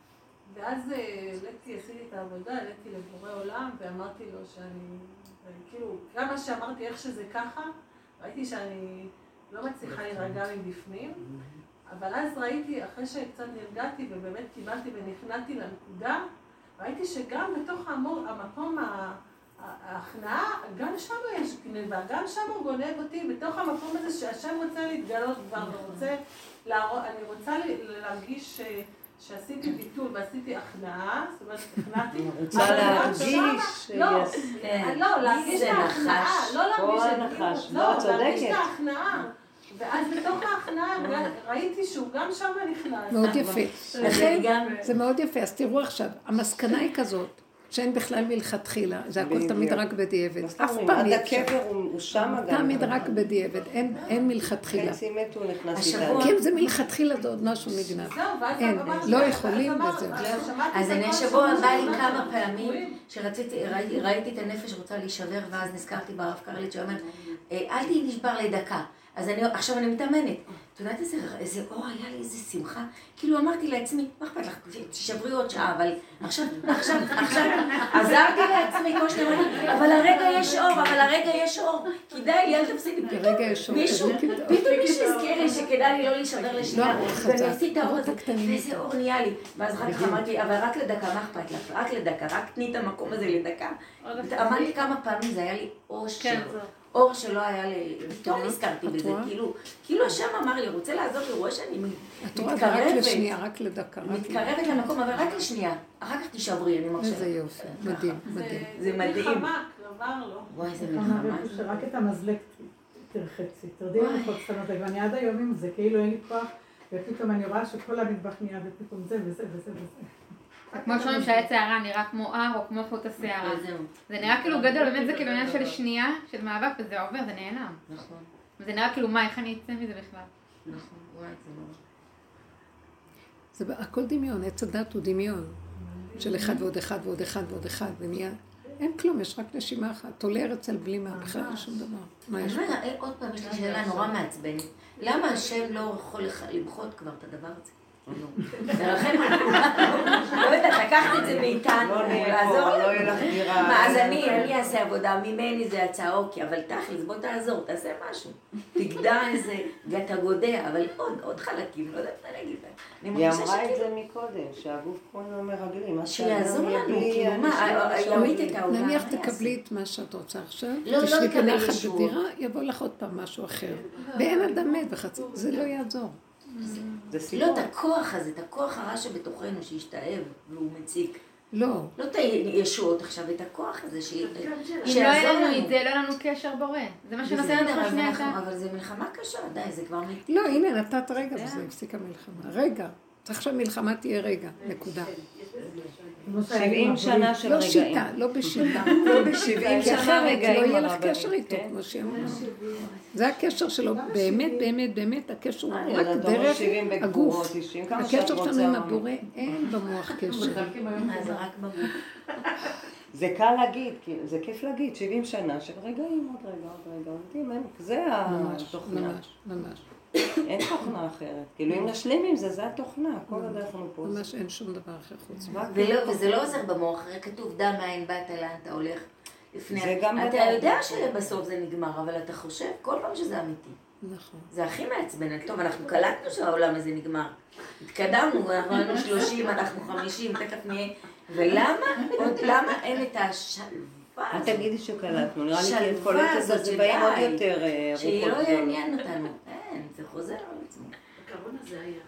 ואז העליתי, עשיתי את העבודה, העליתי לבורא עולם, ואמרתי לו שאני, כאילו, גם מה שאמרתי, איך שזה ככה, ראיתי שאני לא מצליחה להירגע מבפנים, אבל אז ראיתי, אחרי שקצת נרגעתי ובאמת קיבלתי ונכנעתי לנקודה, ראיתי שגם בתוך המקום ההכנעה, גם שם יש גניבה, גם שם הוא גונב אותי, בתוך המקום הזה שהשם רוצה להתגלות כבר, ורוצה, אני רוצה להרגיש שעשיתי ביטול ועשיתי הכנעה, זאת אומרת, הכנעתי. אני רוצה להרגיש. לא, להרגיש את ההכנעה, לא להרגיש את ההכנעה. ואז בתוך ההכנעה ראיתי שהוא גם שם נכנס. מאוד יפה. לכן זה מאוד יפה. אז תראו עכשיו, המסקנה היא כזאת, שאין בכלל מלכתחילה, זה הכל תמיד רק בדיעבד. אף פעם עד הקבר הוא שם גם. תמיד רק בדיעבד, אין מלכתחילה. חצי מת הוא נכנס איתנו. כי אם זה מלכתחילה זה עוד משהו נגנב. אין, לא יכולים וזהו. אז אני השבוע בא לי כמה פעמים שרציתי, ראיתי את הנפש רוצה להישבר, ואז נזכרתי ברב קרליץ שאומר, אל תהי נשבר לדקה. אז אני, עכשיו אני מתאמנת. את יודעת איזה, איזה אור היה לי, איזה שמחה. כאילו אמרתי לעצמי, מה אכפת לך, תשברי עוד שעה, אבל עכשיו, עכשיו, עכשיו, עזרתי לעצמי, כמו שאתם אומרים, אבל הרגע יש אור, אבל הרגע יש אור. כדאי לי, אל תפסידי. הרגע יש אור. מישהו, פתאום מישהו הזכיר לי שכדאי לי לא להישבר לשנייה. ואני עשיתי את האור הזה, ואיזה אור נהיה לי. ואז אחר כך אמרתי, אבל רק לדקה, מה אכפת לך? רק לדקה, רק תני את המקום הזה לדקה. אמרתי כמה פעמים, זה היה לי אור שקר. אור שלא היה לי, פתאום נזכרתי בזה, כאילו, כאילו השם אמר לי, רוצה לעזור לי, רואה שאני מתקרבת, רק לשנייה, רק לדקה, מתקרבת למקום, אבל רק לשנייה, אחר כך תשברי, אני מרשה. איזה יופי, מדהים, מדהים. זה מדהים. זה מלחמה, כבר לא. וואי, זה מלחמה. שרק את המזלג תרחצי, תרדי ללכות סתנות, ואני עד היום עם זה, כאילו אין לי כוח, ופתאום אני רואה שכל המטבח נהיה, ופתאום זה וזה וזה וזה. כמו שאומרים שהעץ הערה נראה כמו הר או כמו חוט השערה. זה נראה כאילו גדול, באמת זה כאילו עניין של שנייה, של מאבק, וזה עובר, זה נעלם. נכון. וזה נראה כאילו מה, איך אני אצא מזה בכלל? נכון, וואי, זה זה לא... הכל דמיון, עץ הדת הוא דמיון. של אחד ועוד אחד ועוד אחד ועוד אחד, ונהיה... אין כלום, יש רק נשימה אחת. תולה ארץ על בלימה, בכלל אין שום דבר. מה יש פה? עוד פעם, יש לי שאלה נורא מעצבנת. למה השם לא יכול למחות כבר את הדבר הזה? ולכן, לא יודעת, לקחת את זה מאיתנו, לעזור לנו. מה, אז אני, אני אעשה עבודה, ממני זה הצעה אוקיי, אבל תכלס, בוא תעזור, תעשה משהו. תגדע איזה, ואתה גודע, אבל עוד, עוד חלקים, לא יודעת מה להגיד. היא אמרה את זה מקודם, שהגוף כולנו מרגלים. שיעזור לנו, כאילו מה, ימית את העולם. נניח תקבלי את מה שאת רוצה עכשיו, לא, לא תקבל ישוב. בדירה, יבוא לך עוד פעם משהו אחר. ואין אדם מת בחצי, זה לא יעזור. לא, את הכוח הזה, את הכוח הרע שבתוכנו שישתאב והוא מציק. לא. לא את הישועות עכשיו, את הכוח הזה שיעזור לנו. אם לא יהיה לנו את זה, לא יהיה לנו קשר בורא. זה מה שנותן לנו חשמי אתה. אבל זה מלחמה קשה, די, זה כבר... לא, הנה, נתת רגע וזה הפסיק המלחמה. רגע. צריך שהמלחמה תהיה רגע, נקודה. שבעים שנה של רגעים. לא שיטה, לא בשיטה. לא בשבעים שנה רגעים. לא יהיה לך קשר איתו, כמו שאמרנו. זה הקשר שלו, באמת, באמת, באמת, הקשר הוא רק דרך הגוף. הקשר שלנו עם הבורא, אין במוח קשר. זה רק במוח. זה קל להגיד, זה כיף להגיד, שבעים שנה של רגעים, עוד רגע, עוד רגע, עוד רגע, זה התוכניה. ממש, ממש. אין תוכנה אחרת. כאילו אם נשלים עם זה, זה התוכנה, כל עוד אנחנו פה. ממש אין שום דבר אחר חוץ. וזה לא עוזר במוח, הרי כתוב דם מאין באת לאן אתה הולך. זה גם אתה יודע שבסוף זה נגמר, אבל אתה חושב כל פעם שזה אמיתי. נכון. זה הכי מעצבן. טוב, אנחנו קלטנו שהעולם הזה נגמר. התקדמנו, אנחנו היינו שלושים, אנחנו חמישים, תכף נהיה. ולמה? עוד למה אין את השלווה הזאת? תגידי שקלטנו, נראה לי כי את קולטת הזאת, זה באים עוד יותר רוחות. שהיא לא יעניין אותנו. אין, זה חוזר על עצמו. הקרבון הזה היה.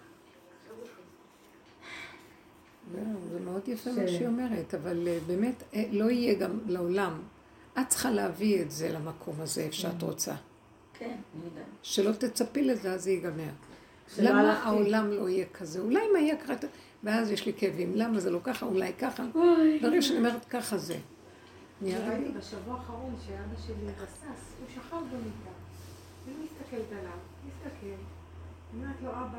זה מאוד יפה מה שהיא אומרת, אבל באמת לא יהיה גם לעולם. את צריכה להביא את זה למקום הזה, איפה שאת רוצה. כן, אני יודעת. שלא תצפי לזה, אז זה ייגמר. למה העולם לא יהיה כזה? אולי מה יהיה ככה, ואז יש לי כאבים. למה זה לא ככה? אולי ככה? דברים שאני אומרת, ככה זה. ראיתי בשבוע האחרון שאבא שלי בסס, הוא שכב במיטה. אני מסתכלת עליו, מסתכל. אני אומרת לו, אבא,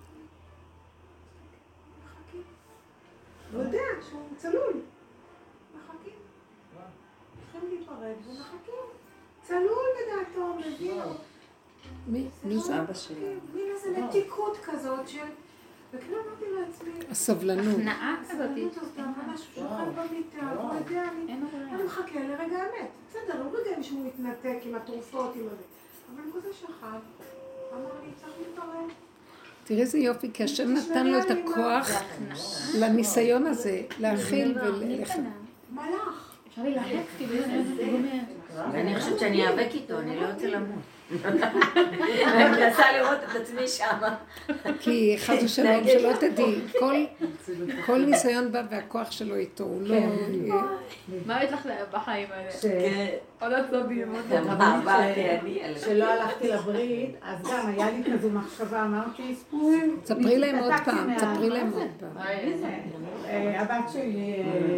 מחכים. הוא יודע שהוא צלול. מחכים. צריכים להיפרד ומחכים. צלול בדעתו, מבין. מי? מי זה? אבא שלי. מין איזה נתיקות כזאת של... וכאילו אמרתי לעצמי... הסבלנות. הכנעה כזאת. הסבלנות הזאת, ממש שוכב במיטה, הוא יודע, אני מחכה לרגע האמת. בסדר, הוא רגע שהוא מתנתק עם התרופות, עם הזה. אבל הוא כזה שכב, אמר לי, צריך להתערב. תראי איזה יופי, כי השם נתן לו את הכוח לניסיון הזה, להכיל וללכת. מלאך. אפשר לי להחק, כאילו, זה גומר. ואני חושבת שאני אאבק איתו, אני לא רוצה למות. אני מנסה לראות את עצמי שמה. כי חס ושלום, שלא תדעי, כל ניסיון בא והכוח שלו איתו, הוא לא... מה יש לך בחיים האלה? עוד עצובים, עוד שלא הלכתי לברית, אז גם היה לי כזו מחשבה, אמרתי, תספרי להם עוד פעם, תספרי להם עוד פעם. הבת שלי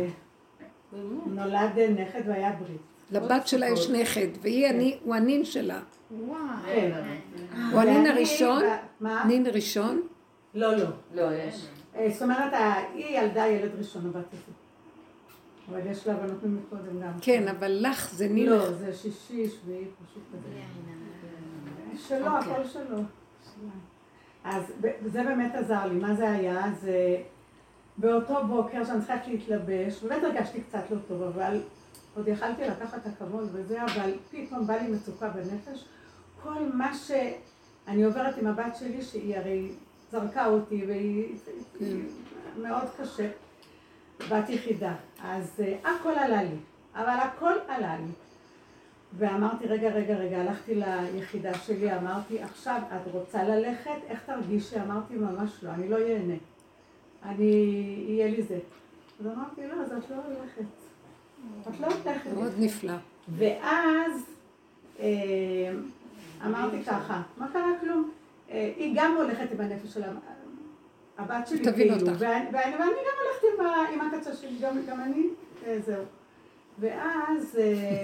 נולד נכד והיה ברית. לבת שלה יש נכד, והוא הנין שלה. וואו. הוא הנין הראשון? נין ראשון? לא, לא. לא, יש. זאת אומרת, היא ילדה ילד ראשון, הבת הזאת. אבל יש לה בנות ממקודם גם. כן, אבל לך זה נין. לא, זה שישי, שביעי, פשוט כזה. שלו, הכל שלו. אז זה באמת עזר לי. מה זה היה? זה באותו בוקר שאני צריכה להתלבש, באמת הרגשתי קצת לא טוב, אבל עוד יכלתי לקחת את הכבוד וזה, אבל פתאום בא לי מצוקה בנפש. כל מה שאני עוברת עם הבת שלי, שהיא הרי זרקה אותי, והיא מאוד קשה, בת יחידה. אז הכל עלה לי, אבל הכל עלה לי. ואמרתי, רגע, רגע, רגע, הלכתי ליחידה שלי, אמרתי, עכשיו את רוצה ללכת? איך תרגישי? אמרתי, ממש לא, אני לא ייהנה. אני, יהיה לי זה. אז אמרתי, לא, אז את לא הולכת. את לא הולכת. מאוד נפלא. ואז אמרתי ככה, מה קרה כלום? היא גם הולכת עם הנפש שלה, הבת שלי כאילו, ואני גם הולכת עם הקצה שלי, גם אני, זהו. ואז,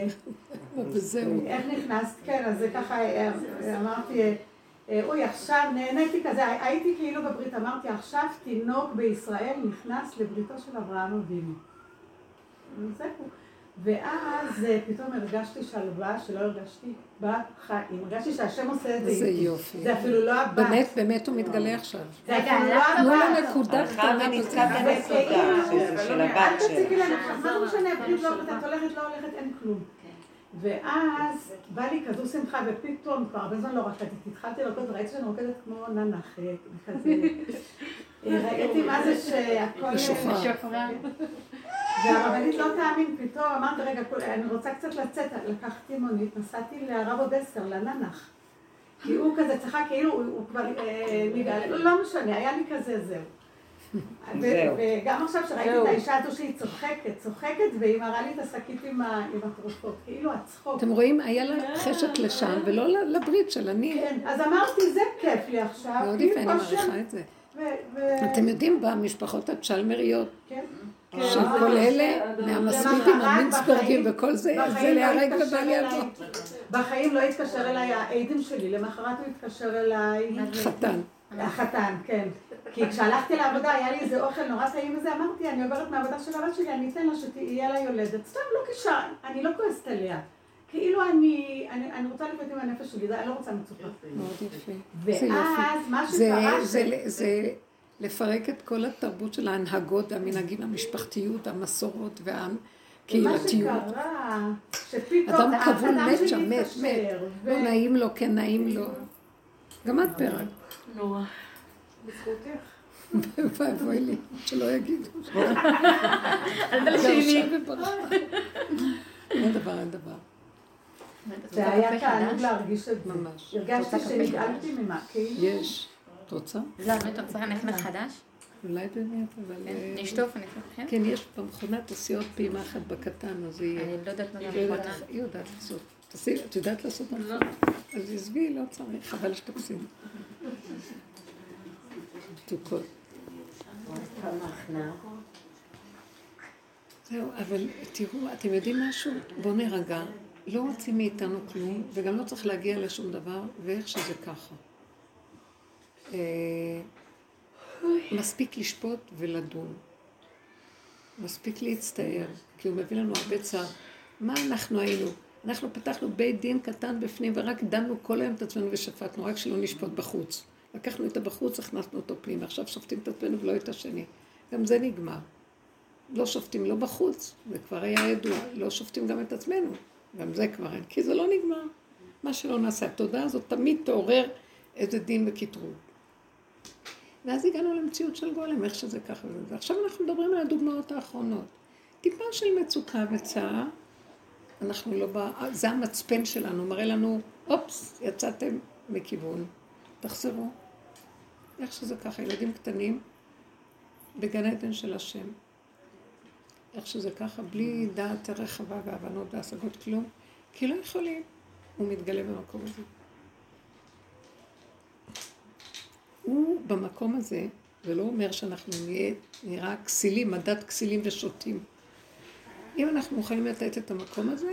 איך נכנסת? כן, אז ככה אמרתי, אוי, עכשיו נהניתי כזה, הייתי כאילו בברית, אמרתי, עכשיו תינוק בישראל נכנס לבריתו של אברהם אבינו. זהו. ואז פתאום הרגשתי שלווה שלא הרגשתי בחיים. הרגשתי שהשם עושה את זה. זה יופי. זה אפילו לא הבת. באמת, באמת הוא מתגלה עכשיו. זה אפילו לא הבת. תנו לו נקודה קטנה ונצקת הנקודה של הבת אל תציקי שלה. לנו, מה זה משנה, ברית לא הולכת, את הולכת, לא הולכת, אין כלום. ואז בא לי כזו שמחה, ופתאום כבר הרבה זמן לא רקדתי, התחלתי לרקוד וראיתי שאני רוקדת כמו ננח, וכזה. ראיתי מה זה שהכל... משוחרר. והרבנית לא תאמין, פתאום אמרתי, רגע, אני רוצה קצת לצאת, לקחתי מונית, נסעתי לרב אודסר, לננח. כי הוא כזה צחק, כאילו הוא כבר נגעל, לא משנה, היה לי כזה זהו. וגם עכשיו שראיתי את האישה הזו שהיא צוחקת, צוחקת, והיא מראה לי את השקית עם התרופות, כאילו הצחוק. אתם רואים, היה לה חשק לשם, ולא לברית של אני. כן, אז אמרתי, זה כיף לי עכשיו. מאוד יפה, אני מעריכה את זה. אתם יודעים, במשפחות הצ'למריות, של כל אלה, מהמסמיתים, המינסברגים וכל זה, זה להרג ובל יעבור. בחיים לא התקשר אליי העדים שלי, למחרת הוא התקשר אליי... חתן. החתן, כן. כי כשהלכתי לעבודה, היה לי איזה אוכל נורא טעים וזה, אמרתי, אני עוברת מהעבודה של הבת שלי, אני אתן לה שתהיה לה יולדת. סתם לא קשה, אני לא כועסת עליה. כאילו אני, אני, אני רוצה לפעמים עם הנפש שלי, אני לא רוצה מצוקה. מאוד יפה. ואז מה שקרה... זה לפרק את כל התרבות של ההנהגות, המנהגים, המשפחתיות, המסורות והקהילתיות. מה שקרה, שפתאום... אדם כבול מת שם, מת, מת. לא נעים לו, כן נעים לו. גם את פרק. נורא. בזכותך. ואבוי לי, שלא יגידו. אל תלשיני. אין דבר, אין דבר. זה היה תענוג להרגיש את זה. ממש. הרגשתי שנגאלתי ממה, כאילו. יש. את רוצה? לא, את רוצה נחמד חדש? אולי באמת, אבל... נשטוף, אני אצטרך, כן? כן, יש במכונה תעשיות פעימה אחת בקטן, אז היא... אני לא יודעת מה זה מכונה. היא יודעת לעשות. את יודעת לעשות מכונה? אז עזבי, לא צריך, חבל שתקסים. תוקות. זהו, אבל תראו, אתם יודעים משהו? בואו נרגע. לא רוצים מאיתנו כלום, וגם לא צריך להגיע לשום דבר, ואיך שזה ככה. מספיק לשפוט ולדון. מספיק להצטער, כי הוא מביא לנו הרבה צער. מה אנחנו היינו? אנחנו פתחנו בית דין קטן בפנים, ורק דנו כל היום את עצמנו ושפטנו, רק שלא נשפוט בחוץ. לקחנו את הבחוץ, הכנסנו אותו פנים, עכשיו שופטים את עצמנו ולא את השני. גם זה נגמר. לא שופטים לא בחוץ, זה כבר היה ידוע, לא שופטים גם את עצמנו. גם זה כבר אין, כי זה לא נגמר. מה שלא נעשה, התודעה הזאת תמיד תעורר איזה דין וקטרוג. ואז הגענו למציאות של גולם, איך שזה ככה וזה. עכשיו אנחנו מדברים על הדוגמאות האחרונות. טיפה של מצוקה וצער, אנחנו לא בא... זה המצפן שלנו, מראה לנו, אופס, יצאתם מכיוון, תחזרו. איך שזה ככה, ילדים קטנים, בגן עדן של השם. איך שזה ככה, בלי דעת רחבה והבנות והשגות כלום, כי לא יכולים. הוא מתגלה במקום הזה. הוא במקום הזה, זה לא אומר שאנחנו נהיה, נראה כסילים, מדד כסילים ושוטים. אם אנחנו מוכנים לתת את המקום הזה,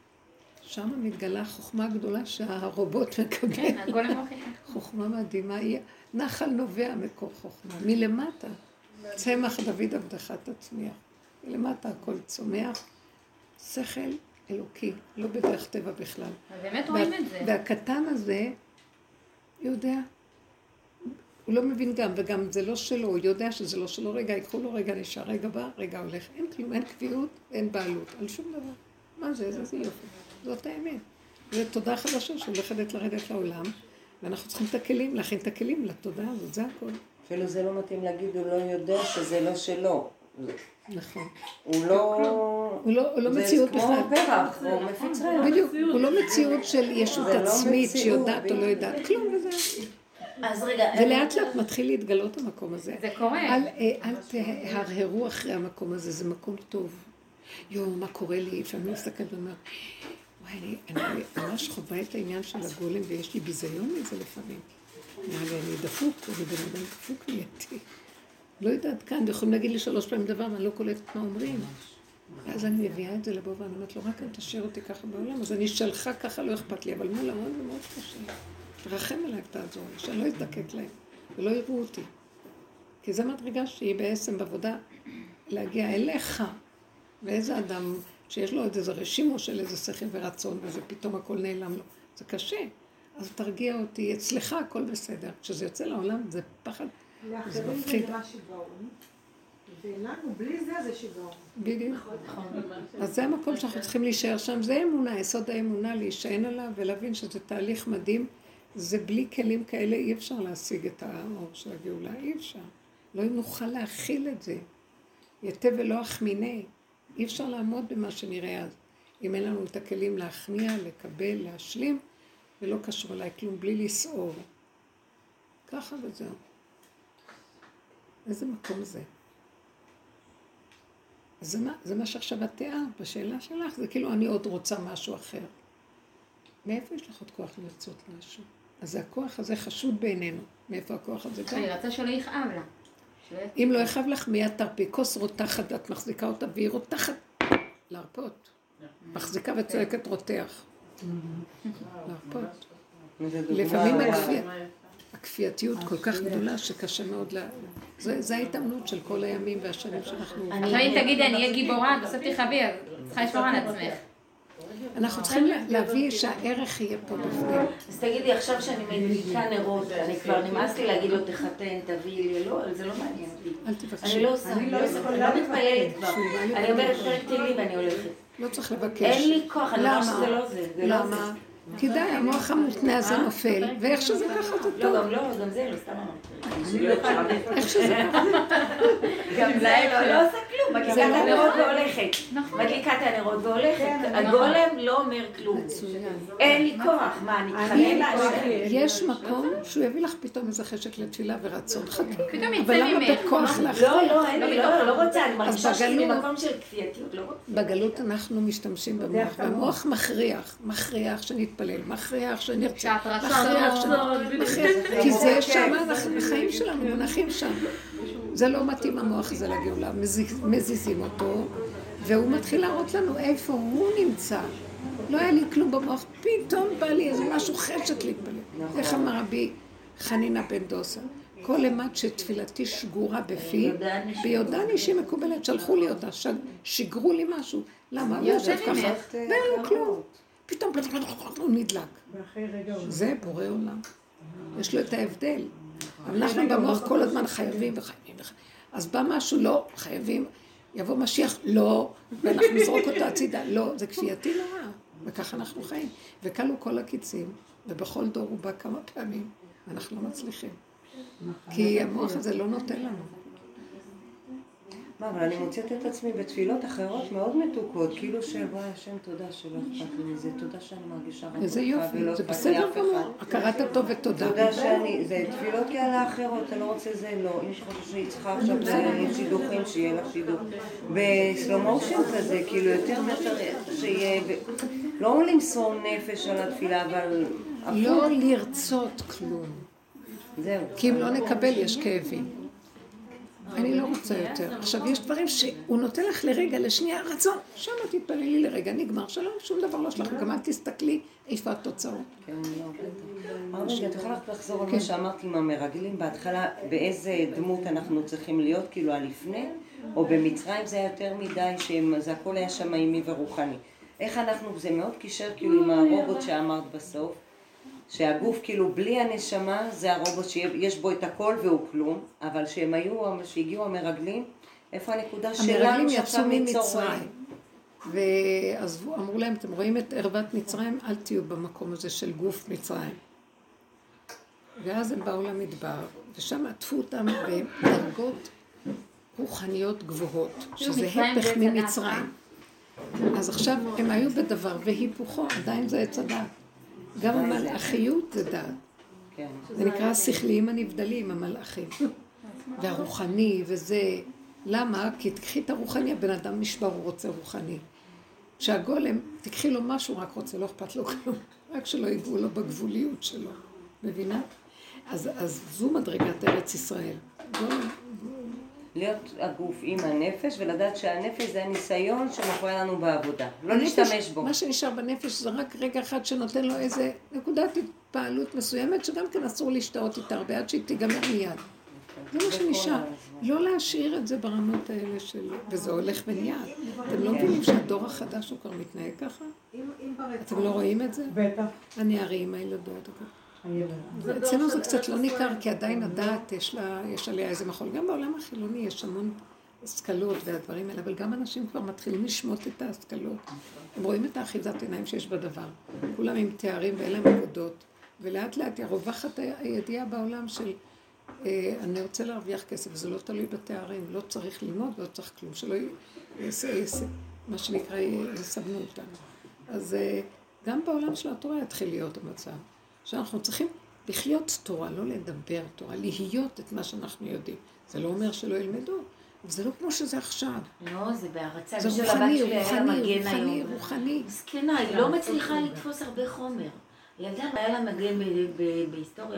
שם מתגלה חוכמה גדולה שהרובוט מקבל. כן, הגולם הוכיח. חוכמה מדהימה, נחל נובע מקור חוכמה, מלמטה. צמח דוד עבדך תצמיח. מלמטה הכל צומח, שכל אלוקי, לא בדרך טבע בכלל. באמת רואים את זה. והקטן הזה יודע, הוא לא מבין גם, וגם זה לא שלו, הוא יודע שזה לא שלו, רגע, יקחו לו רגע נשאר, רגע בא, רגע הולך, אין כלום, אין קביעות, אין בעלות, על שום דבר. מה זה? זה זה יופי, זאת האמת. זו תודה חדשה שהולכת לרדת לעולם, ואנחנו צריכים את הכלים, להכין את הכלים לתודעה הזאת, זה הכל. אפילו זה לא מתאים להגיד, הוא לא יודע שזה לא שלו. נכון. הוא לא... הוא לא מציאות בכלל. זה כמו פרח, הוא מפיץ רעיון. בדיוק, הוא לא מציאות של ישות עצמית שיודעת או לא יודעת, כלום וזה. אז רגע... ולאט לאט מתחיל להתגלות המקום הזה. זה קורה. אל תהרהרו אחרי המקום הזה, זה מקום טוב. יו, מה קורה לי? לפעמים מסתכלת ואומרת, וואי, אני ממש חווה את העניין של הגולם, ויש לי ביזיון מזה לפעמים. אני דפוק, אני בן אדם דפוק נהייתי. לא יודעת כאן, יכולים להגיד לי שלוש פעמים דבר, ואני לא קולטת מה אומרים. ואז אני מביאה את זה לבוא, ואני אומרת לו, רק אל תשאיר אותי ככה בעולם, אז אני שלחה ככה, לא אכפת לי, אבל מול ההון זה מאוד קשה. תרחם עליי ותעזור לי, שאני לא אזדקק להם, ולא יראו אותי. כי זה מדרגה שהיא בעצם בעבודה להגיע אליך, ואיזה אדם שיש לו איזה רשימו של איזה שכל ורצון, וזה פתאום הכל נעלם לו. זה קשה. אז תרגיע אותי, אצלך הכל בסדר. כשזה יוצא לעולם זה פחד, זה מפחיד. לאחרים זה נראה שיגעון, ולנו בלי זה זה שיגעון. בדיוק. אז זה המקום שאנחנו צריכים להישאר שם, זה אמונה, יסוד האמונה, להישען עליו ולהבין שזה תהליך מדהים. זה בלי כלים כאלה, אי אפשר להשיג את האור של הגאולה, אי אפשר. לא נוכל להכיל את זה. יתה ולא אחמיני. אי אפשר לעמוד במה שנראה אז. אם אין לנו את הכלים להכניע, לקבל, להשלים, ולא קשור אליי כלום, בלי לסעור. ככה וזהו. איזה מקום זה? זה מה, זה מה שעכשיו את תיארת בשאלה שלך, זה כאילו אני עוד רוצה משהו אחר. מאיפה יש לך עוד כוח לרצות משהו? אז הכוח הזה חשוד בעינינו. מאיפה הכוח הזה גם? היא רצה שלא יכאב לה. אם לא יכאב לך מיד תרפי, כוס רותחת, את מחזיקה אותה והיא רותחת להרפות. מחזיקה וצועקת רותח. להרפות. לפעמים הכפייתיות כל כך גדולה שקשה מאוד לה... זה ההתאמנות של כל הימים והשנים שאנחנו... עכשיו אם תגידי אני אהיה גיבורה, בסוף תחבי, אז צריכה לשמור על עצמך. אנחנו צריכים להביא שהערך יהיה פה בפנים. אז תגידי, עכשיו שאני מדליקה נרות, אני כבר נמאס לי להגיד לו תחתן, תביאי לי, לא, זה לא מעניין אותי. אל תבקשי. אני לא עושה, אני לא מתפללת כבר. אני אומרת פרק תהילים ואני הולכת. לא צריך לבקש. אין לי כוח, אני רואה שזה לא זה. למה? כי די, המוח המותנה הזה נופל, ואיך שזה ככה זה טוב. לא, גם לא, גם זה לא, סתם אמרתי. איך שזה ככה. גם זה לא עושה כלום, מדליקת הנרות והולכת. מדליקת הנרות והולכת. הגולם לא אומר כלום. אין לי כוח, מה, אני אתחנן להשם? יש מקום שהוא יביא לך פתאום איזה חשק לתפילה ורצון. חכי. פתאום יצא אבל למה ממך. בכוח לך? לא, לא, אין לי, לא, לא רוצה, אני מרגישה שזה ממקום של כפייתיות, לא רוצה. בגלות אנחנו משתמשים במוח, והמוח מכריח, מכריח שנתפלל, מכריח שנרצה, מכריח שנתפלל, כי זה שם, אנחנו בחיים שלנו, מונחים שם. זה לא מתאים המוח הזה לגאולה, מזיזים אותו, והוא מתחיל להראות לנו איפה הוא נמצא. לא היה לי כלום במוח, פתאום בא לי איזה משהו חשק להתפלל. איך אמר רבי חנינה בן דוסה? כל אימת שתפילתי שגורה בפי, ביודעני שהיא מקובלת, שלחו לי אותה, שיגרו לי משהו. למה? הוא יושב ככה, ואין לו כלום. פתאום הוא נדלק. זה בורא עולם. יש לו את ההבדל. אנחנו במוח כל הזמן חייבים וחייבים וחייבים. אז בא משהו, לא, חייבים. יבוא משיח, לא, ואנחנו נזרוק אותו הצידה. לא, זה כפייתי נורא. וככה אנחנו חיים. וקלו כל הקיצים, ובכל דור הוא בא כמה פעמים, ואנחנו לא מצליחים. כי המוח הזה לא נותן לנו. מה, אבל אני מוצאת את עצמי בתפילות אחרות מאוד מתוקות, כאילו שבואי השם תודה שלא אכפת לי מזה, תודה שאני מרגישה רק איזה יופי, זה בסדר גמור, הכרת הטוב ותודה. תודה שאני, זה תפילות כאלה אחרות, אתה לא רוצה זה, לא, אם יש חושב שהיא צריכה עכשיו שידוכים, שיהיה לך שידוך. בסלומושן כזה, כאילו יותר ויותר שיהיה, לא למסור נפש על התפילה, אבל... לא לרצות כלום. זהו. כי אם לא נקבל יש כאבים. אני לא רוצה יותר. עכשיו, יש דברים שהוא נותן לך לרגע, לשנייה, רצון, שם תתפללי לרגע, נגמר, שלום, שום דבר לא שלך, גם אל תסתכלי איפה התוצאות. כן, לא. רגע, את יכולה לחזור על מה שאמרת עם המרגלים, בהתחלה, באיזה דמות אנחנו צריכים להיות, כאילו הלפני, או במצרים זה היה יותר מדי, שזה הכל היה שמיימי ורוחני. איך אנחנו, זה מאוד קישר כאילו עם הרובוט שאמרת בסוף, שהגוף כאילו בלי הנשמה זה הרובוט שיש בו את הכל והוא כלום, אבל שהם היו, שהגיעו המרגלים, איפה הנקודה שלנו? המרגלים יצאו ממצרים, ואז אמרו להם, אתם רואים את ערוות מצרים, אל תהיו במקום הזה של גוף מצרים. ואז הם באו למדבר, ושם עטפו אותם בדרגות רוחניות גבוהות, שזה הפך ממצרים. אז עכשיו הם היו בדבר והיפוכו, עדיין זה עץ הדעת. גם המלאכיות זה דעת. זה נקרא השכליים הנבדלים, המלאכים. והרוחני וזה... למה? כי תקחי את הרוחני, הבן אדם נשבר, הוא רוצה רוחני. שהגולם, תקחי לו משהו, רק רוצה, לא אכפת לו כלום. רק שלא ייגעו לו בגבוליות שלו. מבינה? אז, אז זו מדרגת ארץ ישראל. גולם... להיות הגוף עם הנפש ולדעת שהנפש זה הניסיון שמפריע לנו בעבודה. לא להשתמש בו. מה שנשאר בנפש זה רק רגע אחד שנותן לו איזה נקודת התפעלות מסוימת שגם כן אסור להשתאות איתה הרבה עד שהיא תיגמר מיד. זה מה שנשאר. לא להשאיר את זה ברמות האלה של... וזה הולך ונהיה. אתם לא מבינים שהדור החדש הוא כבר מתנהג ככה? אתם לא רואים את זה? בטח. הנערים, הילדות. אצלנו זה קצת לא ניכר, כי עדיין הדעת יש לה, יש עליה איזה מחול. גם בעולם החילוני יש המון השכלות והדברים האלה, אבל גם אנשים כבר מתחילים לשמוט את ההשכלות. הם רואים את האחיזת עיניים שיש בדבר. כולם עם תארים ואלה עבודות. ולאט לאט רווחת הידיעה בעולם של אני רוצה להרוויח כסף, וזה לא תלוי בתארים, לא צריך ללמוד, לא צריך כלום, שלא יעשה, מה שנקרא, יסבנו אותנו. אז גם בעולם של התורה יתחיל להיות המצב. שאנחנו צריכים לחיות תורה, לא לדבר תורה, להיות את מה שאנחנו יודעים. זה לא אומר שלא ילמדו, אבל זה לא כמו שזה עכשיו. לא, זה בהרצה. זה רוחני, רוחני, רוחני, רוחני. מסכנה, היא לא מצליחה לתפוס הרבה חומר. ילדה, היה לה מגן בהיסטוריה.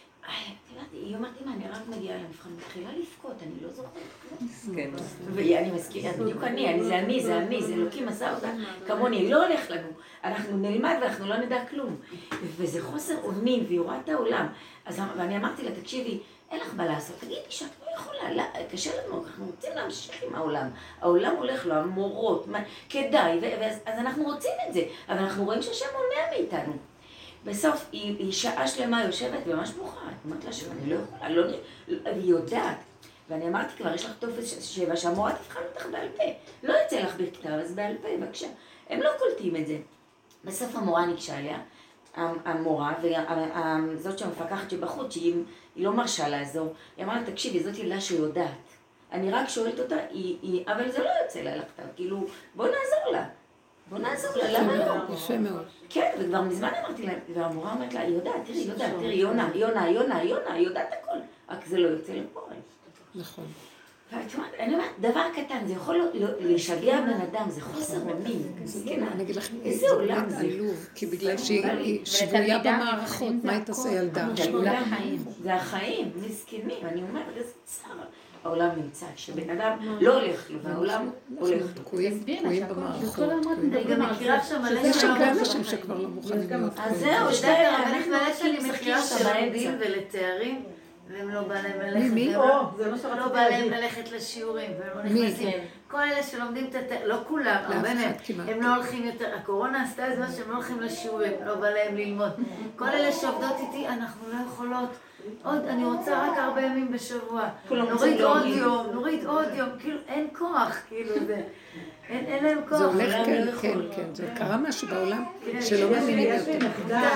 היא אומרת, אמא, אני רק מגיעה למבחן, מתחילה לבכות, אני לא זוכרת. ואני מזכירה, בדיוק אני, זה אני, זה אני, זה אלוקים עשה אותה כמוני, לא הולך לנו. אנחנו נלמד ואנחנו לא נדע כלום. וזה חוסר אונים, והיא רואה את העולם. ואני אמרתי לה, תקשיבי, אין לך מה לעשות, תגידי שאת לא יכולה, לא, קשה לנו, אנחנו רוצים להמשיך עם העולם. העולם הולך לו, המורות, מה, כדאי, ואז, אז אנחנו רוצים את זה, אבל אנחנו רואים שהשם מונע מאיתנו. בסוף היא, היא שעה שלמה יושבת וממש בוכה, היא אומרת לה שאני לא יכולה, לא, היא יודעת. ואני אמרתי כבר, יש לך טופס שבע, שהמורה תבחן אותך בעל פה. לא יצא לך בכתב, אז בעל פה, בבקשה. הם לא קולטים את זה. בסוף המורה ניגשה אליה, המורה, וזאת שהמפקחת שבחוץ, שהיא לא מרשה לעזור, היא אמרה לה, תקשיבי, זאת ילדה שיודעת. אני רק שואלת אותה, היא, היא, אבל זה לא יוצא לה לכתב, כאילו, בוא נעזור לה. בוא נעזור לה, למה לא? יפה מאוד. כן, וכבר מזמן אמרתי לה, והמורה אומרת לה, היא יודעת, תראי, היא יודעת, תראי, יונה, יונה, יונה, יונה, היא יודעת הכל, רק זה לא יוצא לפועל. נכון. אני אומרת, דבר קטן, זה יכול לשגע בן אדם, זה חוסר אונים. אני אגיד לכם, זה באמת עלוב, כי בגלל שהיא שבויה במערכות, מה היא תעשה ילדה? זה החיים, מסכנים, אני אומרת, זה צער. העולם נמצא, שבן אדם לא הולך לו, והעולם הולך לו. תקועים במערכות. אני גם מכירה שם מלא יש הרבה אנשים שכבר לא מוכנים להיות. אז זהו, שתי הרבנית מלא שלי מכירה שלומדים ולתארים, והם לא בא להם ללכת. מי? לא בא להם ללכת לשיעורים, והם לא נכנסים. כל אלה שלומדים את התארים, לא כולם, הרבה מהם, הם לא הולכים יותר. הקורונה עשתה את זה שהם לא הולכים לשיעורים, לא בא להם ללמוד. כל אלה שעובדות איתי, אנחנו לא יכולות. עוד, אני רוצה רק הרבה ימים בשבוע. נוריד עוד יום, נוריד עוד יום, כאילו אין כוח, כאילו זה. אין להם כוח. זה הולך, כן, כן, כן. זה קרה משהו בעולם שלא מאמינים יותר.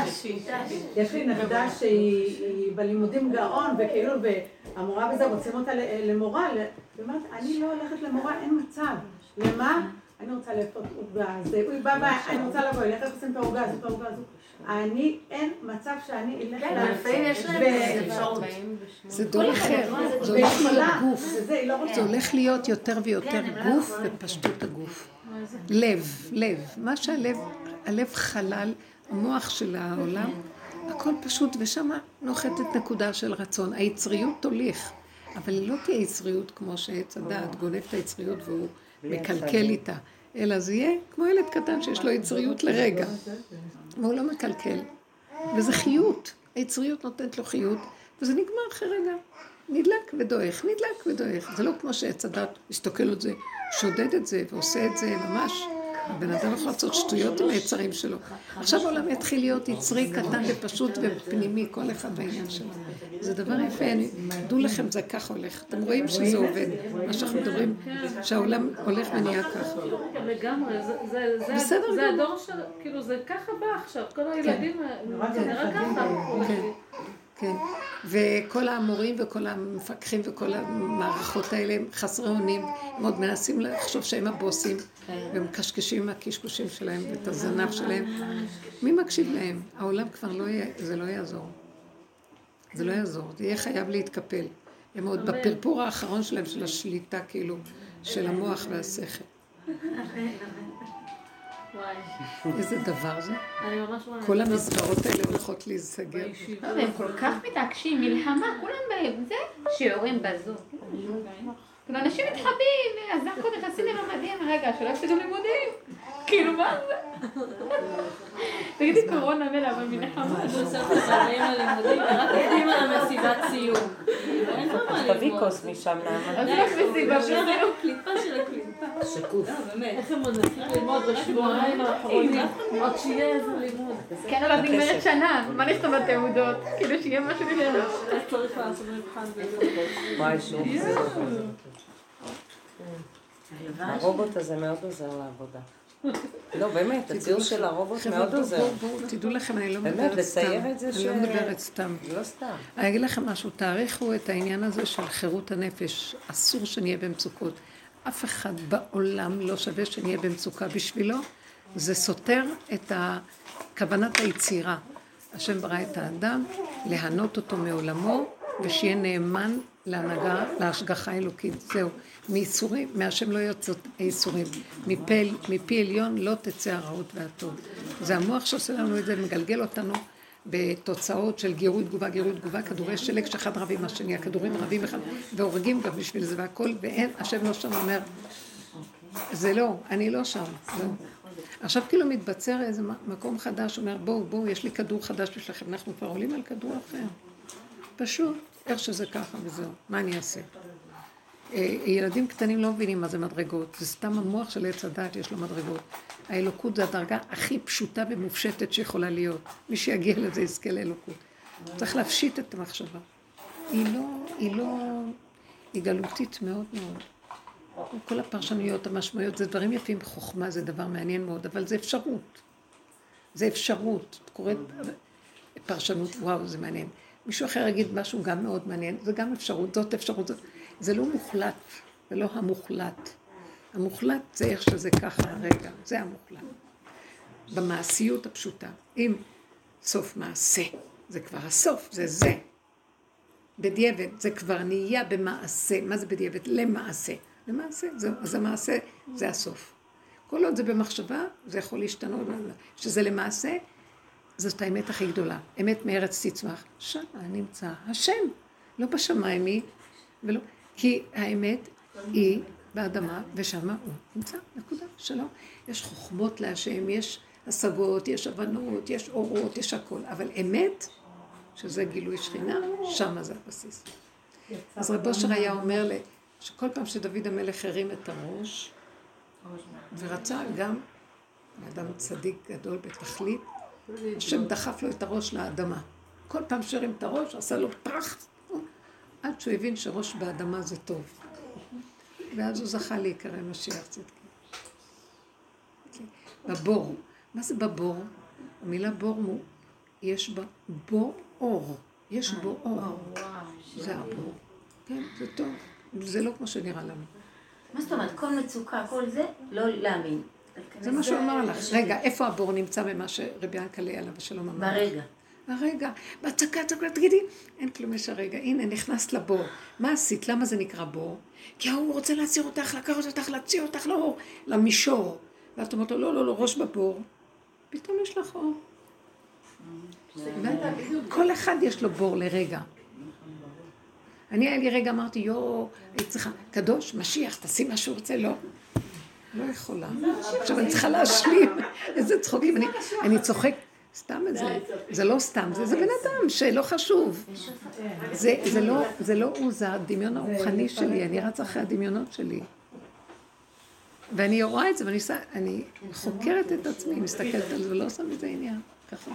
יש לי נכדה שהיא בלימודים גאון, וכאילו, והמורה בזה רוצים אותה למורה, והיא אומרת, אני לא הולכת למורה, אין מצב. למה? אני רוצה לאפות עוגה, הוא בא, אני רוצה לבוא, אלך לשים את העוגה הזו, את העוגה הזו. אני, אין מצב שאני אלך לה. כן, לפעמים יש להם אפשרות. זה דור אחר, זה הולך להיות גוף. זה הולך להיות יותר ויותר גוף ופשטות הגוף. לב, לב. מה שהלב, הלב חלל, המוח של העולם, הכל פשוט, ושם נוחתת נקודה של רצון. היצריות תוליך, אבל היא לא תהיה יצריות כמו שעץ הדעת, גונב את היצריות והוא מקלקל איתה. אלא זה יהיה כמו ילד קטן שיש לו יצריות לרגע. והוא לא מקלקל. וזה חיות. היצריות נותנת לו חיות, וזה נגמר אחרי רגע. נדלק ודועך, נדלק ודועך. זה לא כמו שעץ הדת מסתכל את זה, שודד את זה ועושה את זה ממש. הבן אדם יכול לעשות שטויות עם היצרים שלו. עכשיו העולם יתחיל להיות יצרי קטן ופשוט ופנימי, כל אחד בעניין שלו. זה דבר יפה, דעו לכם, זה ככה הולך. אתם רואים שזה עובד. מה שאנחנו מדברים, שהעולם הולך ונהיה ככה. לגמרי, זה הדור של, כאילו זה ככה בא עכשיו, כל הילדים, זה נראה ככה. כן, וכל המורים וכל המפקחים וכל המערכות האלה הם חסרי אונים, הם עוד מנסים לחשוב שהם הבוסים, והם קשקשים עם הקשקושים שלהם ואת הזנב שלהם. מי מקשיב להם? העולם כבר לא יהיה, זה לא יעזור. זה לא יעזור, זה יהיה חייב להתקפל. הם עוד בפרפור האחרון שלהם, של השליטה כאילו, של המוח והשכל. איזה דבר זה? כל המסגרות האלה הולכות להיסגר. הם כל כך מתעקשים, מלחמה, כולם בהם, זה שיעורים בזו. כאילו אנשים מתחבאים, אז אנחנו נכנסים ללמדים, רגע, שלא יפסדו לימודים. כאילו מה זה? תגידי קורונה מלא, אבל מלחמה. אני עושה את הסרעים ללימודים, רק יודעים על המסיבת סיום. אין פה מה ללמוד. תביא כוס משם למה. אז רק מסיבה של הקליפה של הקליפה. שקוף. איך הם עוד נתחיל ללמוד בשבועיים האחרונים? עוד שיהיה איזה לימוד. כן, אבל נגמרת שנה, מה נכתוב בתעודות? כאילו שיהיה משהו לפני. אז צריך לעשות מבחן בזה. וואי, שוב. הרובוט הזה מאוד עוזר לעבודה. לא, באמת, הציור של הרובוט מאוד עוזר. תדעו לכם, אני לא מדברת סתם. אני לא מדברת סתם. לא סתם. אני אגיד לכם משהו, תאריכו את העניין הזה של חירות הנפש. אסור שנהיה במצוקות. אף אחד בעולם לא שווה שנהיה במצוקה בשבילו. זה סותר את כוונת היצירה. השם ברא את האדם, להנות אותו מעולמו, ושיהיה נאמן להנהגה, להשגחה אלוקית. זהו. מייסורים, מהשם לא יוצאות איסורים. מפי, מפי עליון לא תצא הרעות והטוב. זה המוח שעושה לנו את זה, מגלגל אותנו בתוצאות של גירוי תגובה, גירוי תגובה, כדורי שלג שאחד רבים השני, הכדורים רבים אחד, והורגים גם בשביל זה והכל, ואין, השם לא שם אומר, זה לא, אני לא שם, לא. עכשיו כאילו מתבצר איזה מקום חדש, אומר בואו, בואו, יש לי כדור חדש בשבילכם, אנחנו כבר עולים על כדור אחר. פשוט, איך שזה ככה וזהו, מה אני אעשה? ילדים קטנים לא מבינים מה זה מדרגות, זה סתם המוח של עץ הדעת, יש לו מדרגות. האלוקות זה הדרגה הכי פשוטה ומופשטת שיכולה להיות. מי שיגיע לזה יזכה לאלוקות. צריך להפשיט את המחשבה. היא לא, היא לא, היא גלותית מאוד מאוד. כל הפרשנויות, המשמעויות, זה דברים יפים בחוכמה, זה דבר מעניין מאוד, אבל זה אפשרות. זה אפשרות. את קוראת פרשנות, וואו, זה מעניין. מישהו אחר יגיד משהו גם מאוד מעניין, זה גם אפשרות, זאת אפשרות, זאת. זה לא מוחלט, זה לא המוחלט. המוחלט זה איך שזה ככה הרגע, זה המוחלט. במעשיות הפשוטה, אם סוף מעשה, זה כבר הסוף, זה זה. בדיעבד, זה כבר נהיה במעשה. מה זה בדיעבד? למעשה. למעשה, זה, אז המעשה זה הסוף. כל עוד זה במחשבה, זה יכול להשתנות. שזה למעשה, זאת האמת הכי גדולה. אמת מארץ תצמח. שם נמצא השם. לא בשמיים היא, ולא. כי האמת היא באדמה, ושם הוא נמצא, נקודה, שלום. יש חוכמות להשם, יש השגות, יש הבנות, יש אורות, יש הכל. אבל אמת, שזה גילוי שכינה, שם זה הבסיס. אז רב אושר היה אומר לי, שכל פעם שדוד המלך הרים את הראש, ורצה גם, אדם צדיק גדול בתכלית, השם דחף לו את הראש לאדמה. כל פעם שהרים את הראש, עשה לו פרח, עד שהוא הבין שראש באדמה זה טוב. ואז הוא זכה להיקרא משיח צדקי. בבור. מה זה בבור? המילה בור הוא, יש בה בור אור. יש בו אור. זה הבור. כן, זה טוב. זה לא כמו שנראה לנו. מה זאת אומרת? כל מצוקה, כל זה, לא להאמין. זה מה שהוא אמר לך. רגע, איפה הבור נמצא במה שרבי ינקלה עליו ושלום אמר? ברגע. הרגע, בהצקה, הצקה, תגידי, אין כלום יש הרגע, הנה, נכנסת לבור. מה עשית? למה זה נקרא בור? כי הוא רוצה להציר אותך, לקחת אותך, להציר אותך לאור, למישור. ואת אומרת לו, לא, לא, לא, ראש בבור. פתאום יש לך אור. כל אחד יש לו בור לרגע. אני היה לי רגע, אמרתי, יו, היית צריכה, קדוש, משיח, תעשי מה שהוא רוצה, לא. לא יכולה. עכשיו אני צריכה להשלים. איזה צחוקים, אני צוחק. סתם את זה, זה לא סתם, זה, זה בן אדם שלא חשוב. זה, זה לא, זה לא הוא, זה הדמיון הרוחני שלי, אני רץ אחרי הדמיונות שלי. ואני רואה את זה, ואני אני חוקרת את עצמי, מסתכלת על זה, ולא עושה מזה עניין, ככה.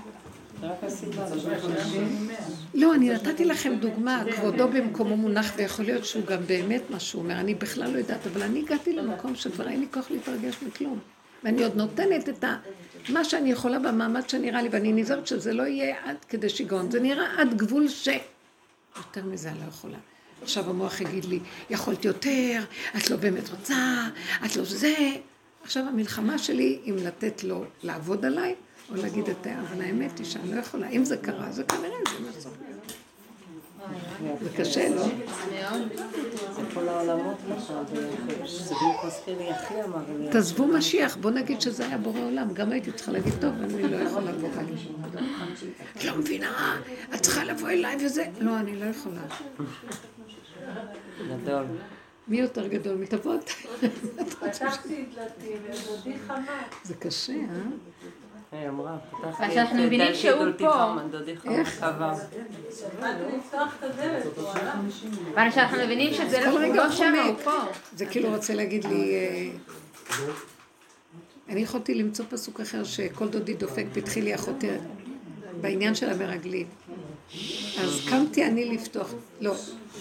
לא, אני נתתי לכם דוגמה, כבודו במקומו מונח, ויכול להיות שהוא גם באמת מה שהוא אומר, אני בכלל לא יודעת, אבל אני הגעתי למקום שכבר אין לי כוח להתרגש מכלום. ואני עוד נותנת את ה... מה שאני יכולה במעמד שנראה לי, ואני נזהרת שזה לא יהיה עד כדי שיגעון, זה נראה עד גבול ש... יותר מזה אני לא יכולה. עכשיו המוח יגיד לי, יכולת יותר, את לא באמת רוצה, את לא זה. עכשיו המלחמה שלי, אם לתת לו לעבוד עליי, או להגיד את זה, אבל האמת היא שאני לא יכולה. אם זה קרה, זה כנראה, זה מה שצריך. זה קשה, לא? זה כל העולמות ככה, זה בדיוק מזכיר לי, אחי אמר לי. תעזבו משיח, בוא נגיד שזה היה בורא עולם. גם הייתי צריכה להגיד, טוב, אני לא יכולה לבוא להגיד. את לא מבינה, את צריכה לבוא אליי וזה. לא, אני לא יכולה. גדול. מי יותר גדול? מתאבות? פתחתי דלתים, ודודי חמה. זה קשה, אה? היא אמרה, פתחתי ואנחנו מבינים שהוא פה. איך? באתי לפתוח את הדלת, הוא עלה. ואנחנו מבינים שזה לא שם, הוא פה. זה כאילו רוצה להגיד לי... אני יכולתי למצוא פסוק אחר שכל דודי דופק פתחי לי אחותי בעניין של המרגלים. אז קמתי אני לפתוח... לא.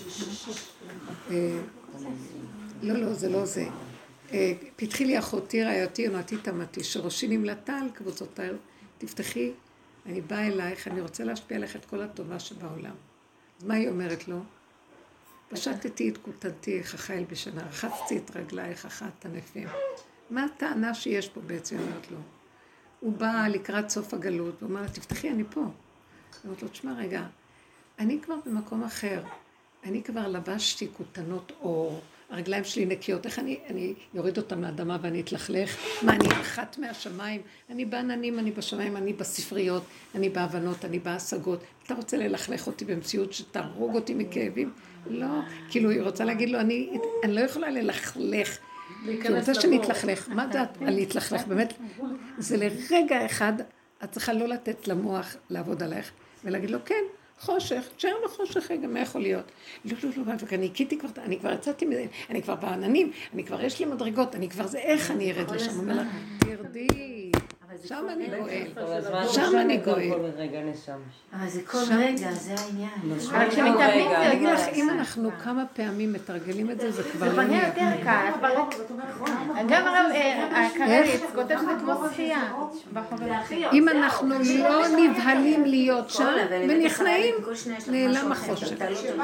לא, לא, זה לא זה. פתחי לי אחותי, רעייתי, עונתי תמתי, שראשי נמלטה על קבוצותיי, תפתחי, אני באה אלייך, אני רוצה להשפיע עליך את כל הטובה שבעולם. אז מה היא אומרת לו? פשטתי את כותנתי, חחיל בשנה, רחצתי את רגלייך, אחת ענפים. מה הטענה שיש פה בעצם, אומרת לו? הוא בא לקראת סוף הגלות, הוא אומר לה, תפתחי, אני פה. אומרת לו, תשמע רגע, אני כבר במקום אחר, אני כבר לבשתי כותנות אור, הרגליים שלי נקיות, איך אני, אני יוריד אותם לאדמה ואני אתלכלך? מה, אני אחת מהשמיים? אני בעננים, אני בשמיים, אני בספריות, אני בהבנות, אני בהשגות. אתה רוצה ללכלך אותי במציאות שתהרוג אותי מכאבים? לא, כאילו היא רוצה להגיד לו, אני, אני לא יכולה ללכלך. כי הוא רוצה שנתלכלך. מה זה על להתלכלך? באמת, זה לרגע אחד, את צריכה לא לתת למוח לעבוד עליך, ולהגיד לו, כן, חושך, תשאר בחושך רגע, מה יכול להיות? לא, לא, לא, אני קיתי כבר, אני כבר יצאתי מזה, אני כבר בעננים, אני כבר יש לי מדרגות, אני כבר זה, איך אני ארד לשם? הוא אומר לה, תרדי, שם אני גואל, שם אני גואל. אבל זה כל רגע, זה העניין. אבל כשמתאמנים זה אני אגיד לך, אם אנחנו כמה פעמים מתרגלים את זה, זה כבר לא נהיה נהיה. יותר קל. גם הרב הקרליץ כותב שזה כמו שחייה. אם אנחנו לא נבהלים להיות שם ונכנעים, נעלם החושך.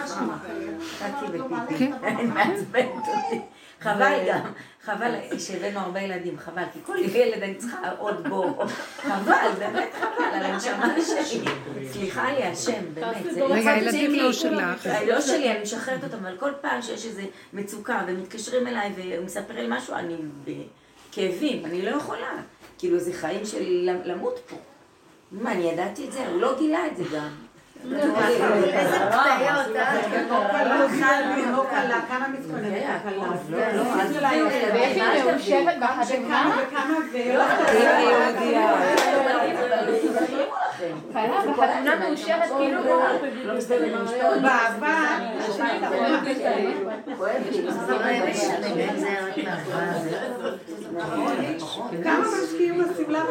חבל גם, חבל שהבאנו הרבה ילדים, חבל, כי כל ילד אני צריכה עוד בור, חבל, באמת חבל, על הנשמה שלי, סליחה לי השם, באמת, זה רגע, הילדים לא שלך. לא שלי, אני משחררת אותם, אבל כל פעם שיש איזו מצוקה ומתקשרים אליי ומספר לי משהו, אני בכאבים, אני לא יכולה, כאילו זה חיים של למות פה. מה, אני ידעתי את זה? הוא לא גילה את זה גם. איזה פתאיות, אה? לא קלה, כמה מתכוננת הקלה? ויש לי מאושרת בחתונה? וכמה קלה, בחתונה מאושרת כאילו בעבר כמה משקיעים בסמלה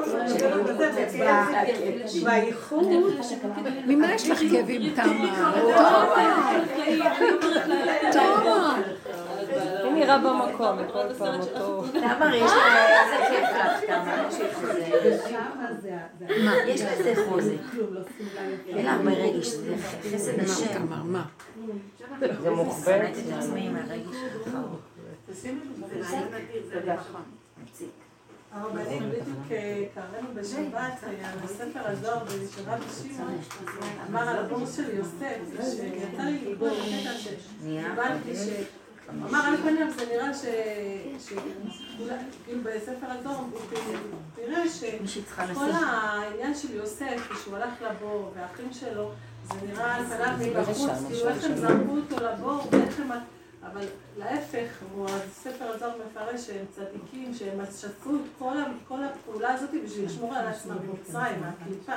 בייחוד ממה יש לך כאבים? תמה, תמה, תמה. היא נראה במקום, כל פעם אותו. תמר, יש לה איזה כיף לך, תמר, יש לזה חוזק. אין לה הרבה רגש, זה חסד השם. תמר, מה? זה מוכבד. את עצמי עם הרגש שלך. מציק. הרבנית, בדיוק קראנו בשבת, היה בספר הזוהר בשבת השיעור, אמר על הבור של יוסף, שיצא לי לקרוא בקטע שקיבלתי, אמר על פניו זה נראה שכאילו בספר הזוהר תראה שכל העניין של יוסף, כשהוא הלך לבור והאחים שלו, זה נראה על פניו מבחוץ, כאילו איך הם זרקו אותו לבור ואיך הם... אבל להפך, הספר הזוהר מפרש שהם צדיקים, שהם שתפו את כל הפעולה הזאת בשביל לשמור על עצמם במצרים, מהקליפה.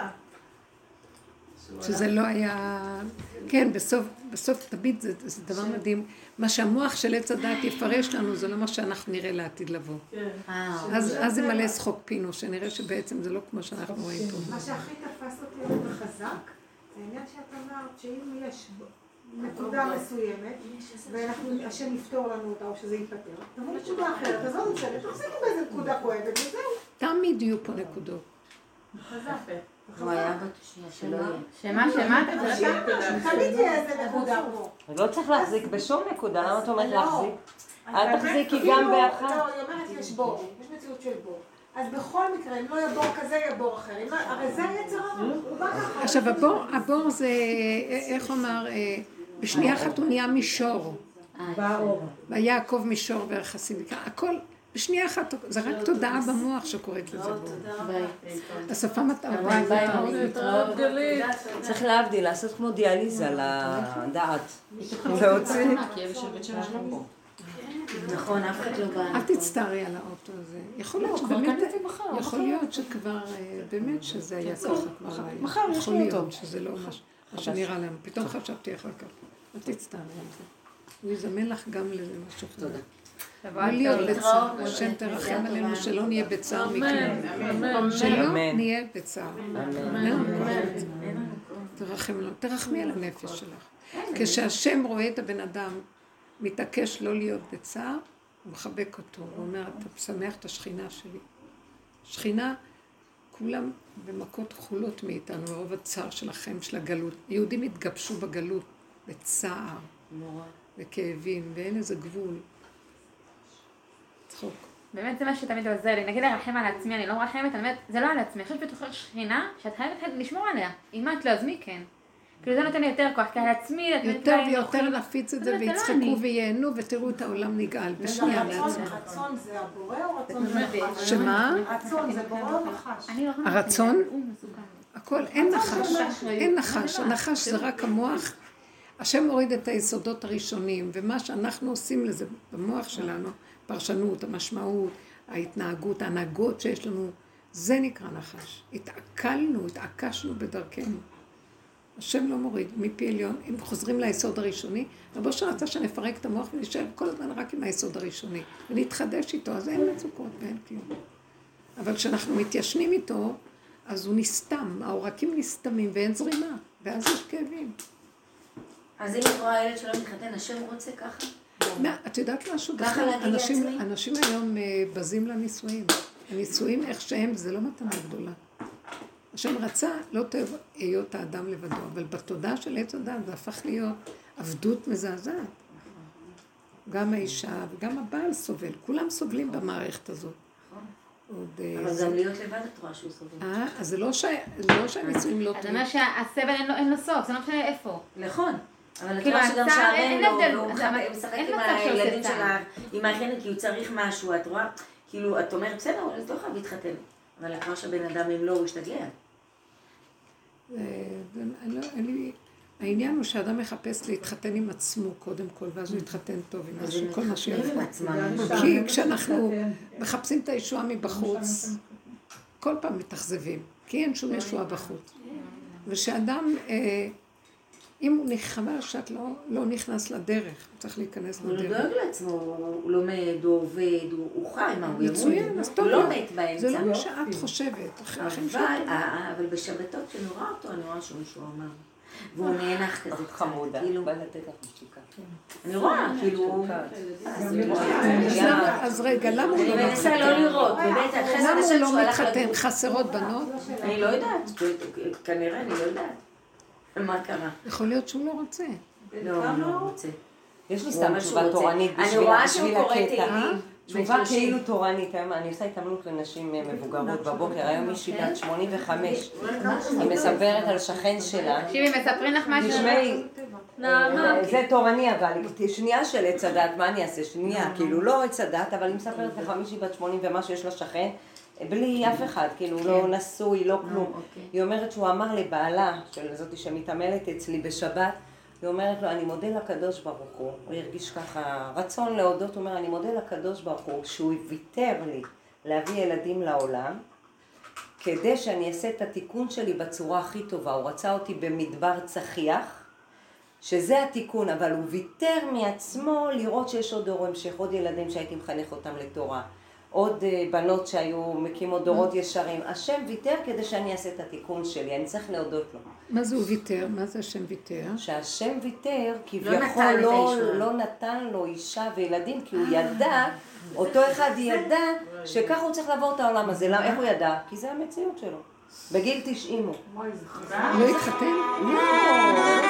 שזה לא היה... כן, בסוף, בסוף תמיד זה, זה דבר מדהים. מה שהמוח של עץ הדעת יפרש לנו, זה לא מה שאנחנו נראה לעתיד לבוא. אז, אז זה מלא שחוק פינו, שנראה שבעצם זה לא כמו שאנחנו רואים פה. מה שהכי תפס אותי בחזק, זה העניין שאת אמרת שאם יש נקודה מסוימת, ואנחנו, השם יפתור לנו אותה או שזה ייפטר, תבוא נקודה אחרת, אז עוד משנה, תחזיקו באיזה נקודה כואבת וזהו. תמיד יהיו פה נקודות. חזק. הוא היה בתושייה שלא יהיה. שמה, שמה? תמיד תהיה איזה נקודה פה. לא צריך להחזיק בשום נקודה, למה את אומרת להחזיק? אל תחזיקי גם באחת. לא, היא אומרת יש בור, יש מציאות של בור. אז בכל מקרה, אם לא יהיה בור כזה, יהיה בור אחר. הרי זה יצר הרע, הוא בא ככה. עכשיו, הבור זה, איך אומר, בשנייה אחת הוא נהיה מישור. ויעקב מישור ויחסים. הכל, בשנייה אחת, זה רק תודעה במוח שקוראת לזה בור. השפה מטעה. צריך להבדיל, לעשות כמו דיאליזה לדעת. להוציא. נכון, אף אחד לא בא. אל תצטערי על האוטו הזה. יכול להיות שבאמת, יכול להיות שכבר, באמת שזה היה ככה כבר. מחר יש לי אותו. שזה לא מה שנראה להם. פתאום חשבתי אחר כך. אל תצטערי על זה. הוא יזמן לך גם לזה משהו. תודה. ולהיות בצער, השם תרחם עלינו שלא נהיה בצער מכלום. שלא נהיה בצער. תרחם לנו, תרחמי על הנפש שלך. כשהשם רואה את הבן אדם מתעקש לא להיות בצער, הוא מחבק אותו, הוא אומר, אתה משמח את השכינה שלי. שכינה, כולם במכות כחולות מאיתנו, מרוב הצער שלכם, של הגלות. יהודים התגבשו בגלות, בצער, וכאבים, ואין איזה גבול. צחוק. באמת זה מה שתמיד עוזר לי. נגיד לרחם על עצמי, אני לא מרחמת, אני אומרת, זה לא על עצמי. עכשיו בתוך שכינה, שאת חייבת לשמור עליה. אם את לא, אז מי כן? כאילו זה נותן לי יותר כוח, כי על עצמי... יותר ויותר נפיץ את זה ויצחקו וייהנו ותראו את העולם נגאל בשנייה מעצמם. רצון זה הבורא או רצון זה נחש? שמה? רצון זה בורא או נחש? הרצון? הכל, אין נחש, אין נחש. הנחש זה רק המוח. השם מוריד את היסודות הראשונים, ומה שאנחנו עושים לזה במוח שלנו, פרשנות, המשמעות, ההתנהגות, ההנהגות שיש לנו, זה נקרא נחש. התעכלנו, התעקשנו בדרכנו. השם לא מוריד מפי עליון, אם חוזרים ליסוד הראשוני, רבו שרצה שנפרק את המוח ונשאר כל הזמן רק עם היסוד הראשוני, ונתחדש איתו, אז אין מצוקות ואין כלום. אבל כשאנחנו מתיישנים איתו, אז הוא נסתם, העורקים נסתמים ואין זרימה, ואז יש כאבים. אז אם את רואה הילד שלא מתחתן, השם רוצה ככה? את יודעת משהו? ככה להגיד לעצמי? אנשים היום בזים לנישואים. הנישואים איך שהם, זה לא מתנה גדולה. השם רצה, לא טוב היות האדם לבדו, אבל בתודעה של עץ הדת זה הפך להיות עבדות מזעזעת. גם האישה וגם הבעל סובל, כולם סובלים במערכת הזאת. אבל גם להיות לבד את רואה שהוא סובל. אה, אז זה לא שהנישואים לא טוב. אז אומר שהסבל אין לו סוף, זה לא משנה איפה. נכון. אבל את רואה שגם שהבן לא, והוא משחק עם הילדים שלה, עם האחיינים, כי הוא צריך משהו, את רואה, כאילו, את אומרת, בסדר, אז לא חייב להתחתן. אבל את רואה שהבן אדם אם לא, הוא ישתגע. העניין הוא שאדם מחפש להתחתן עם עצמו קודם כל, ואז הוא יתחתן טוב עם משהו, כל מה שיעבור. כי כשאנחנו מחפשים את הישועה מבחוץ, כל פעם מתאכזבים, כי אין שום ישועה בחוץ. ושאדם, אם הוא נחבל שאת לא נכנס לדרך, הוא צריך להיכנס לדרך. הוא דואג לעצמו, הוא לומד, הוא עובד, הוא חי, מה הוא ימוד, הוא לא מת באמצע. זה לא מה שאת חושבת. אבל בשבתות שנורא אותו, אני רואה שהוא מישהו אמר. והוא נאנח כזה קצת, כאילו... בא לתת לך משיקה. אני רואה, כאילו... אז רגע, למה הוא לא מתחתן? אני מנסה לא לראות, באמת, למה הוא לא מתחתן? חסרות בנות? אני לא יודעת, כנראה אני לא יודעת. מה קרה? יכול להיות שהוא לא רוצה. לא, הוא לא רוצה. יש לי סתם תשובה תורנית בשביל הקטע. תשובה כאילו תורנית, אני עושה התאמנות לנשים מבוגרות בבוקר, היום מישהי בת שמונים וחמש, היא מספרת על שכן שלה. תקשיבי, מספרים לך משהו? תשמעי, זה תורני אבל, שנייה של עץ הדת, מה אני אעשה? שנייה, כאילו לא עץ הדת, אבל היא מספרת לך מישהי בת שמונים ומשהו יש לה שכן, בלי אף אחד, כאילו לא נשוי, לא כלום. היא אומרת שהוא אמר לבעלה, של זאת שמתעמלת אצלי בשבת, היא אומרת לו, אני מודה לקדוש ברוך הוא, הוא הרגיש ככה רצון להודות, הוא אומר, אני מודה לקדוש ברוך הוא, שהוא ויתר לי להביא ילדים לעולם, כדי שאני אעשה את התיקון שלי בצורה הכי טובה. הוא רצה אותי במדבר צחיח, שזה התיקון, אבל הוא ויתר מעצמו לראות שיש עוד דור המשך, עוד ילדים שהייתי מחנך אותם לתורה, עוד בנות שהיו מקימות דורות ישרים. השם ויתר כדי שאני אעשה את התיקון שלי, אני צריך להודות לו. מה זה הוא ויתר? מה זה השם ויתר? שהשם ויתר כביכול לא, לא נתן לו אישה וילדים, כי הוא ידע, אותו אחד ידע שככה הוא צריך לעבור את העולם הזה. איך הוא ידע? כי זה המציאות שלו. בגיל תשעים הוא. לא התחתן? לא.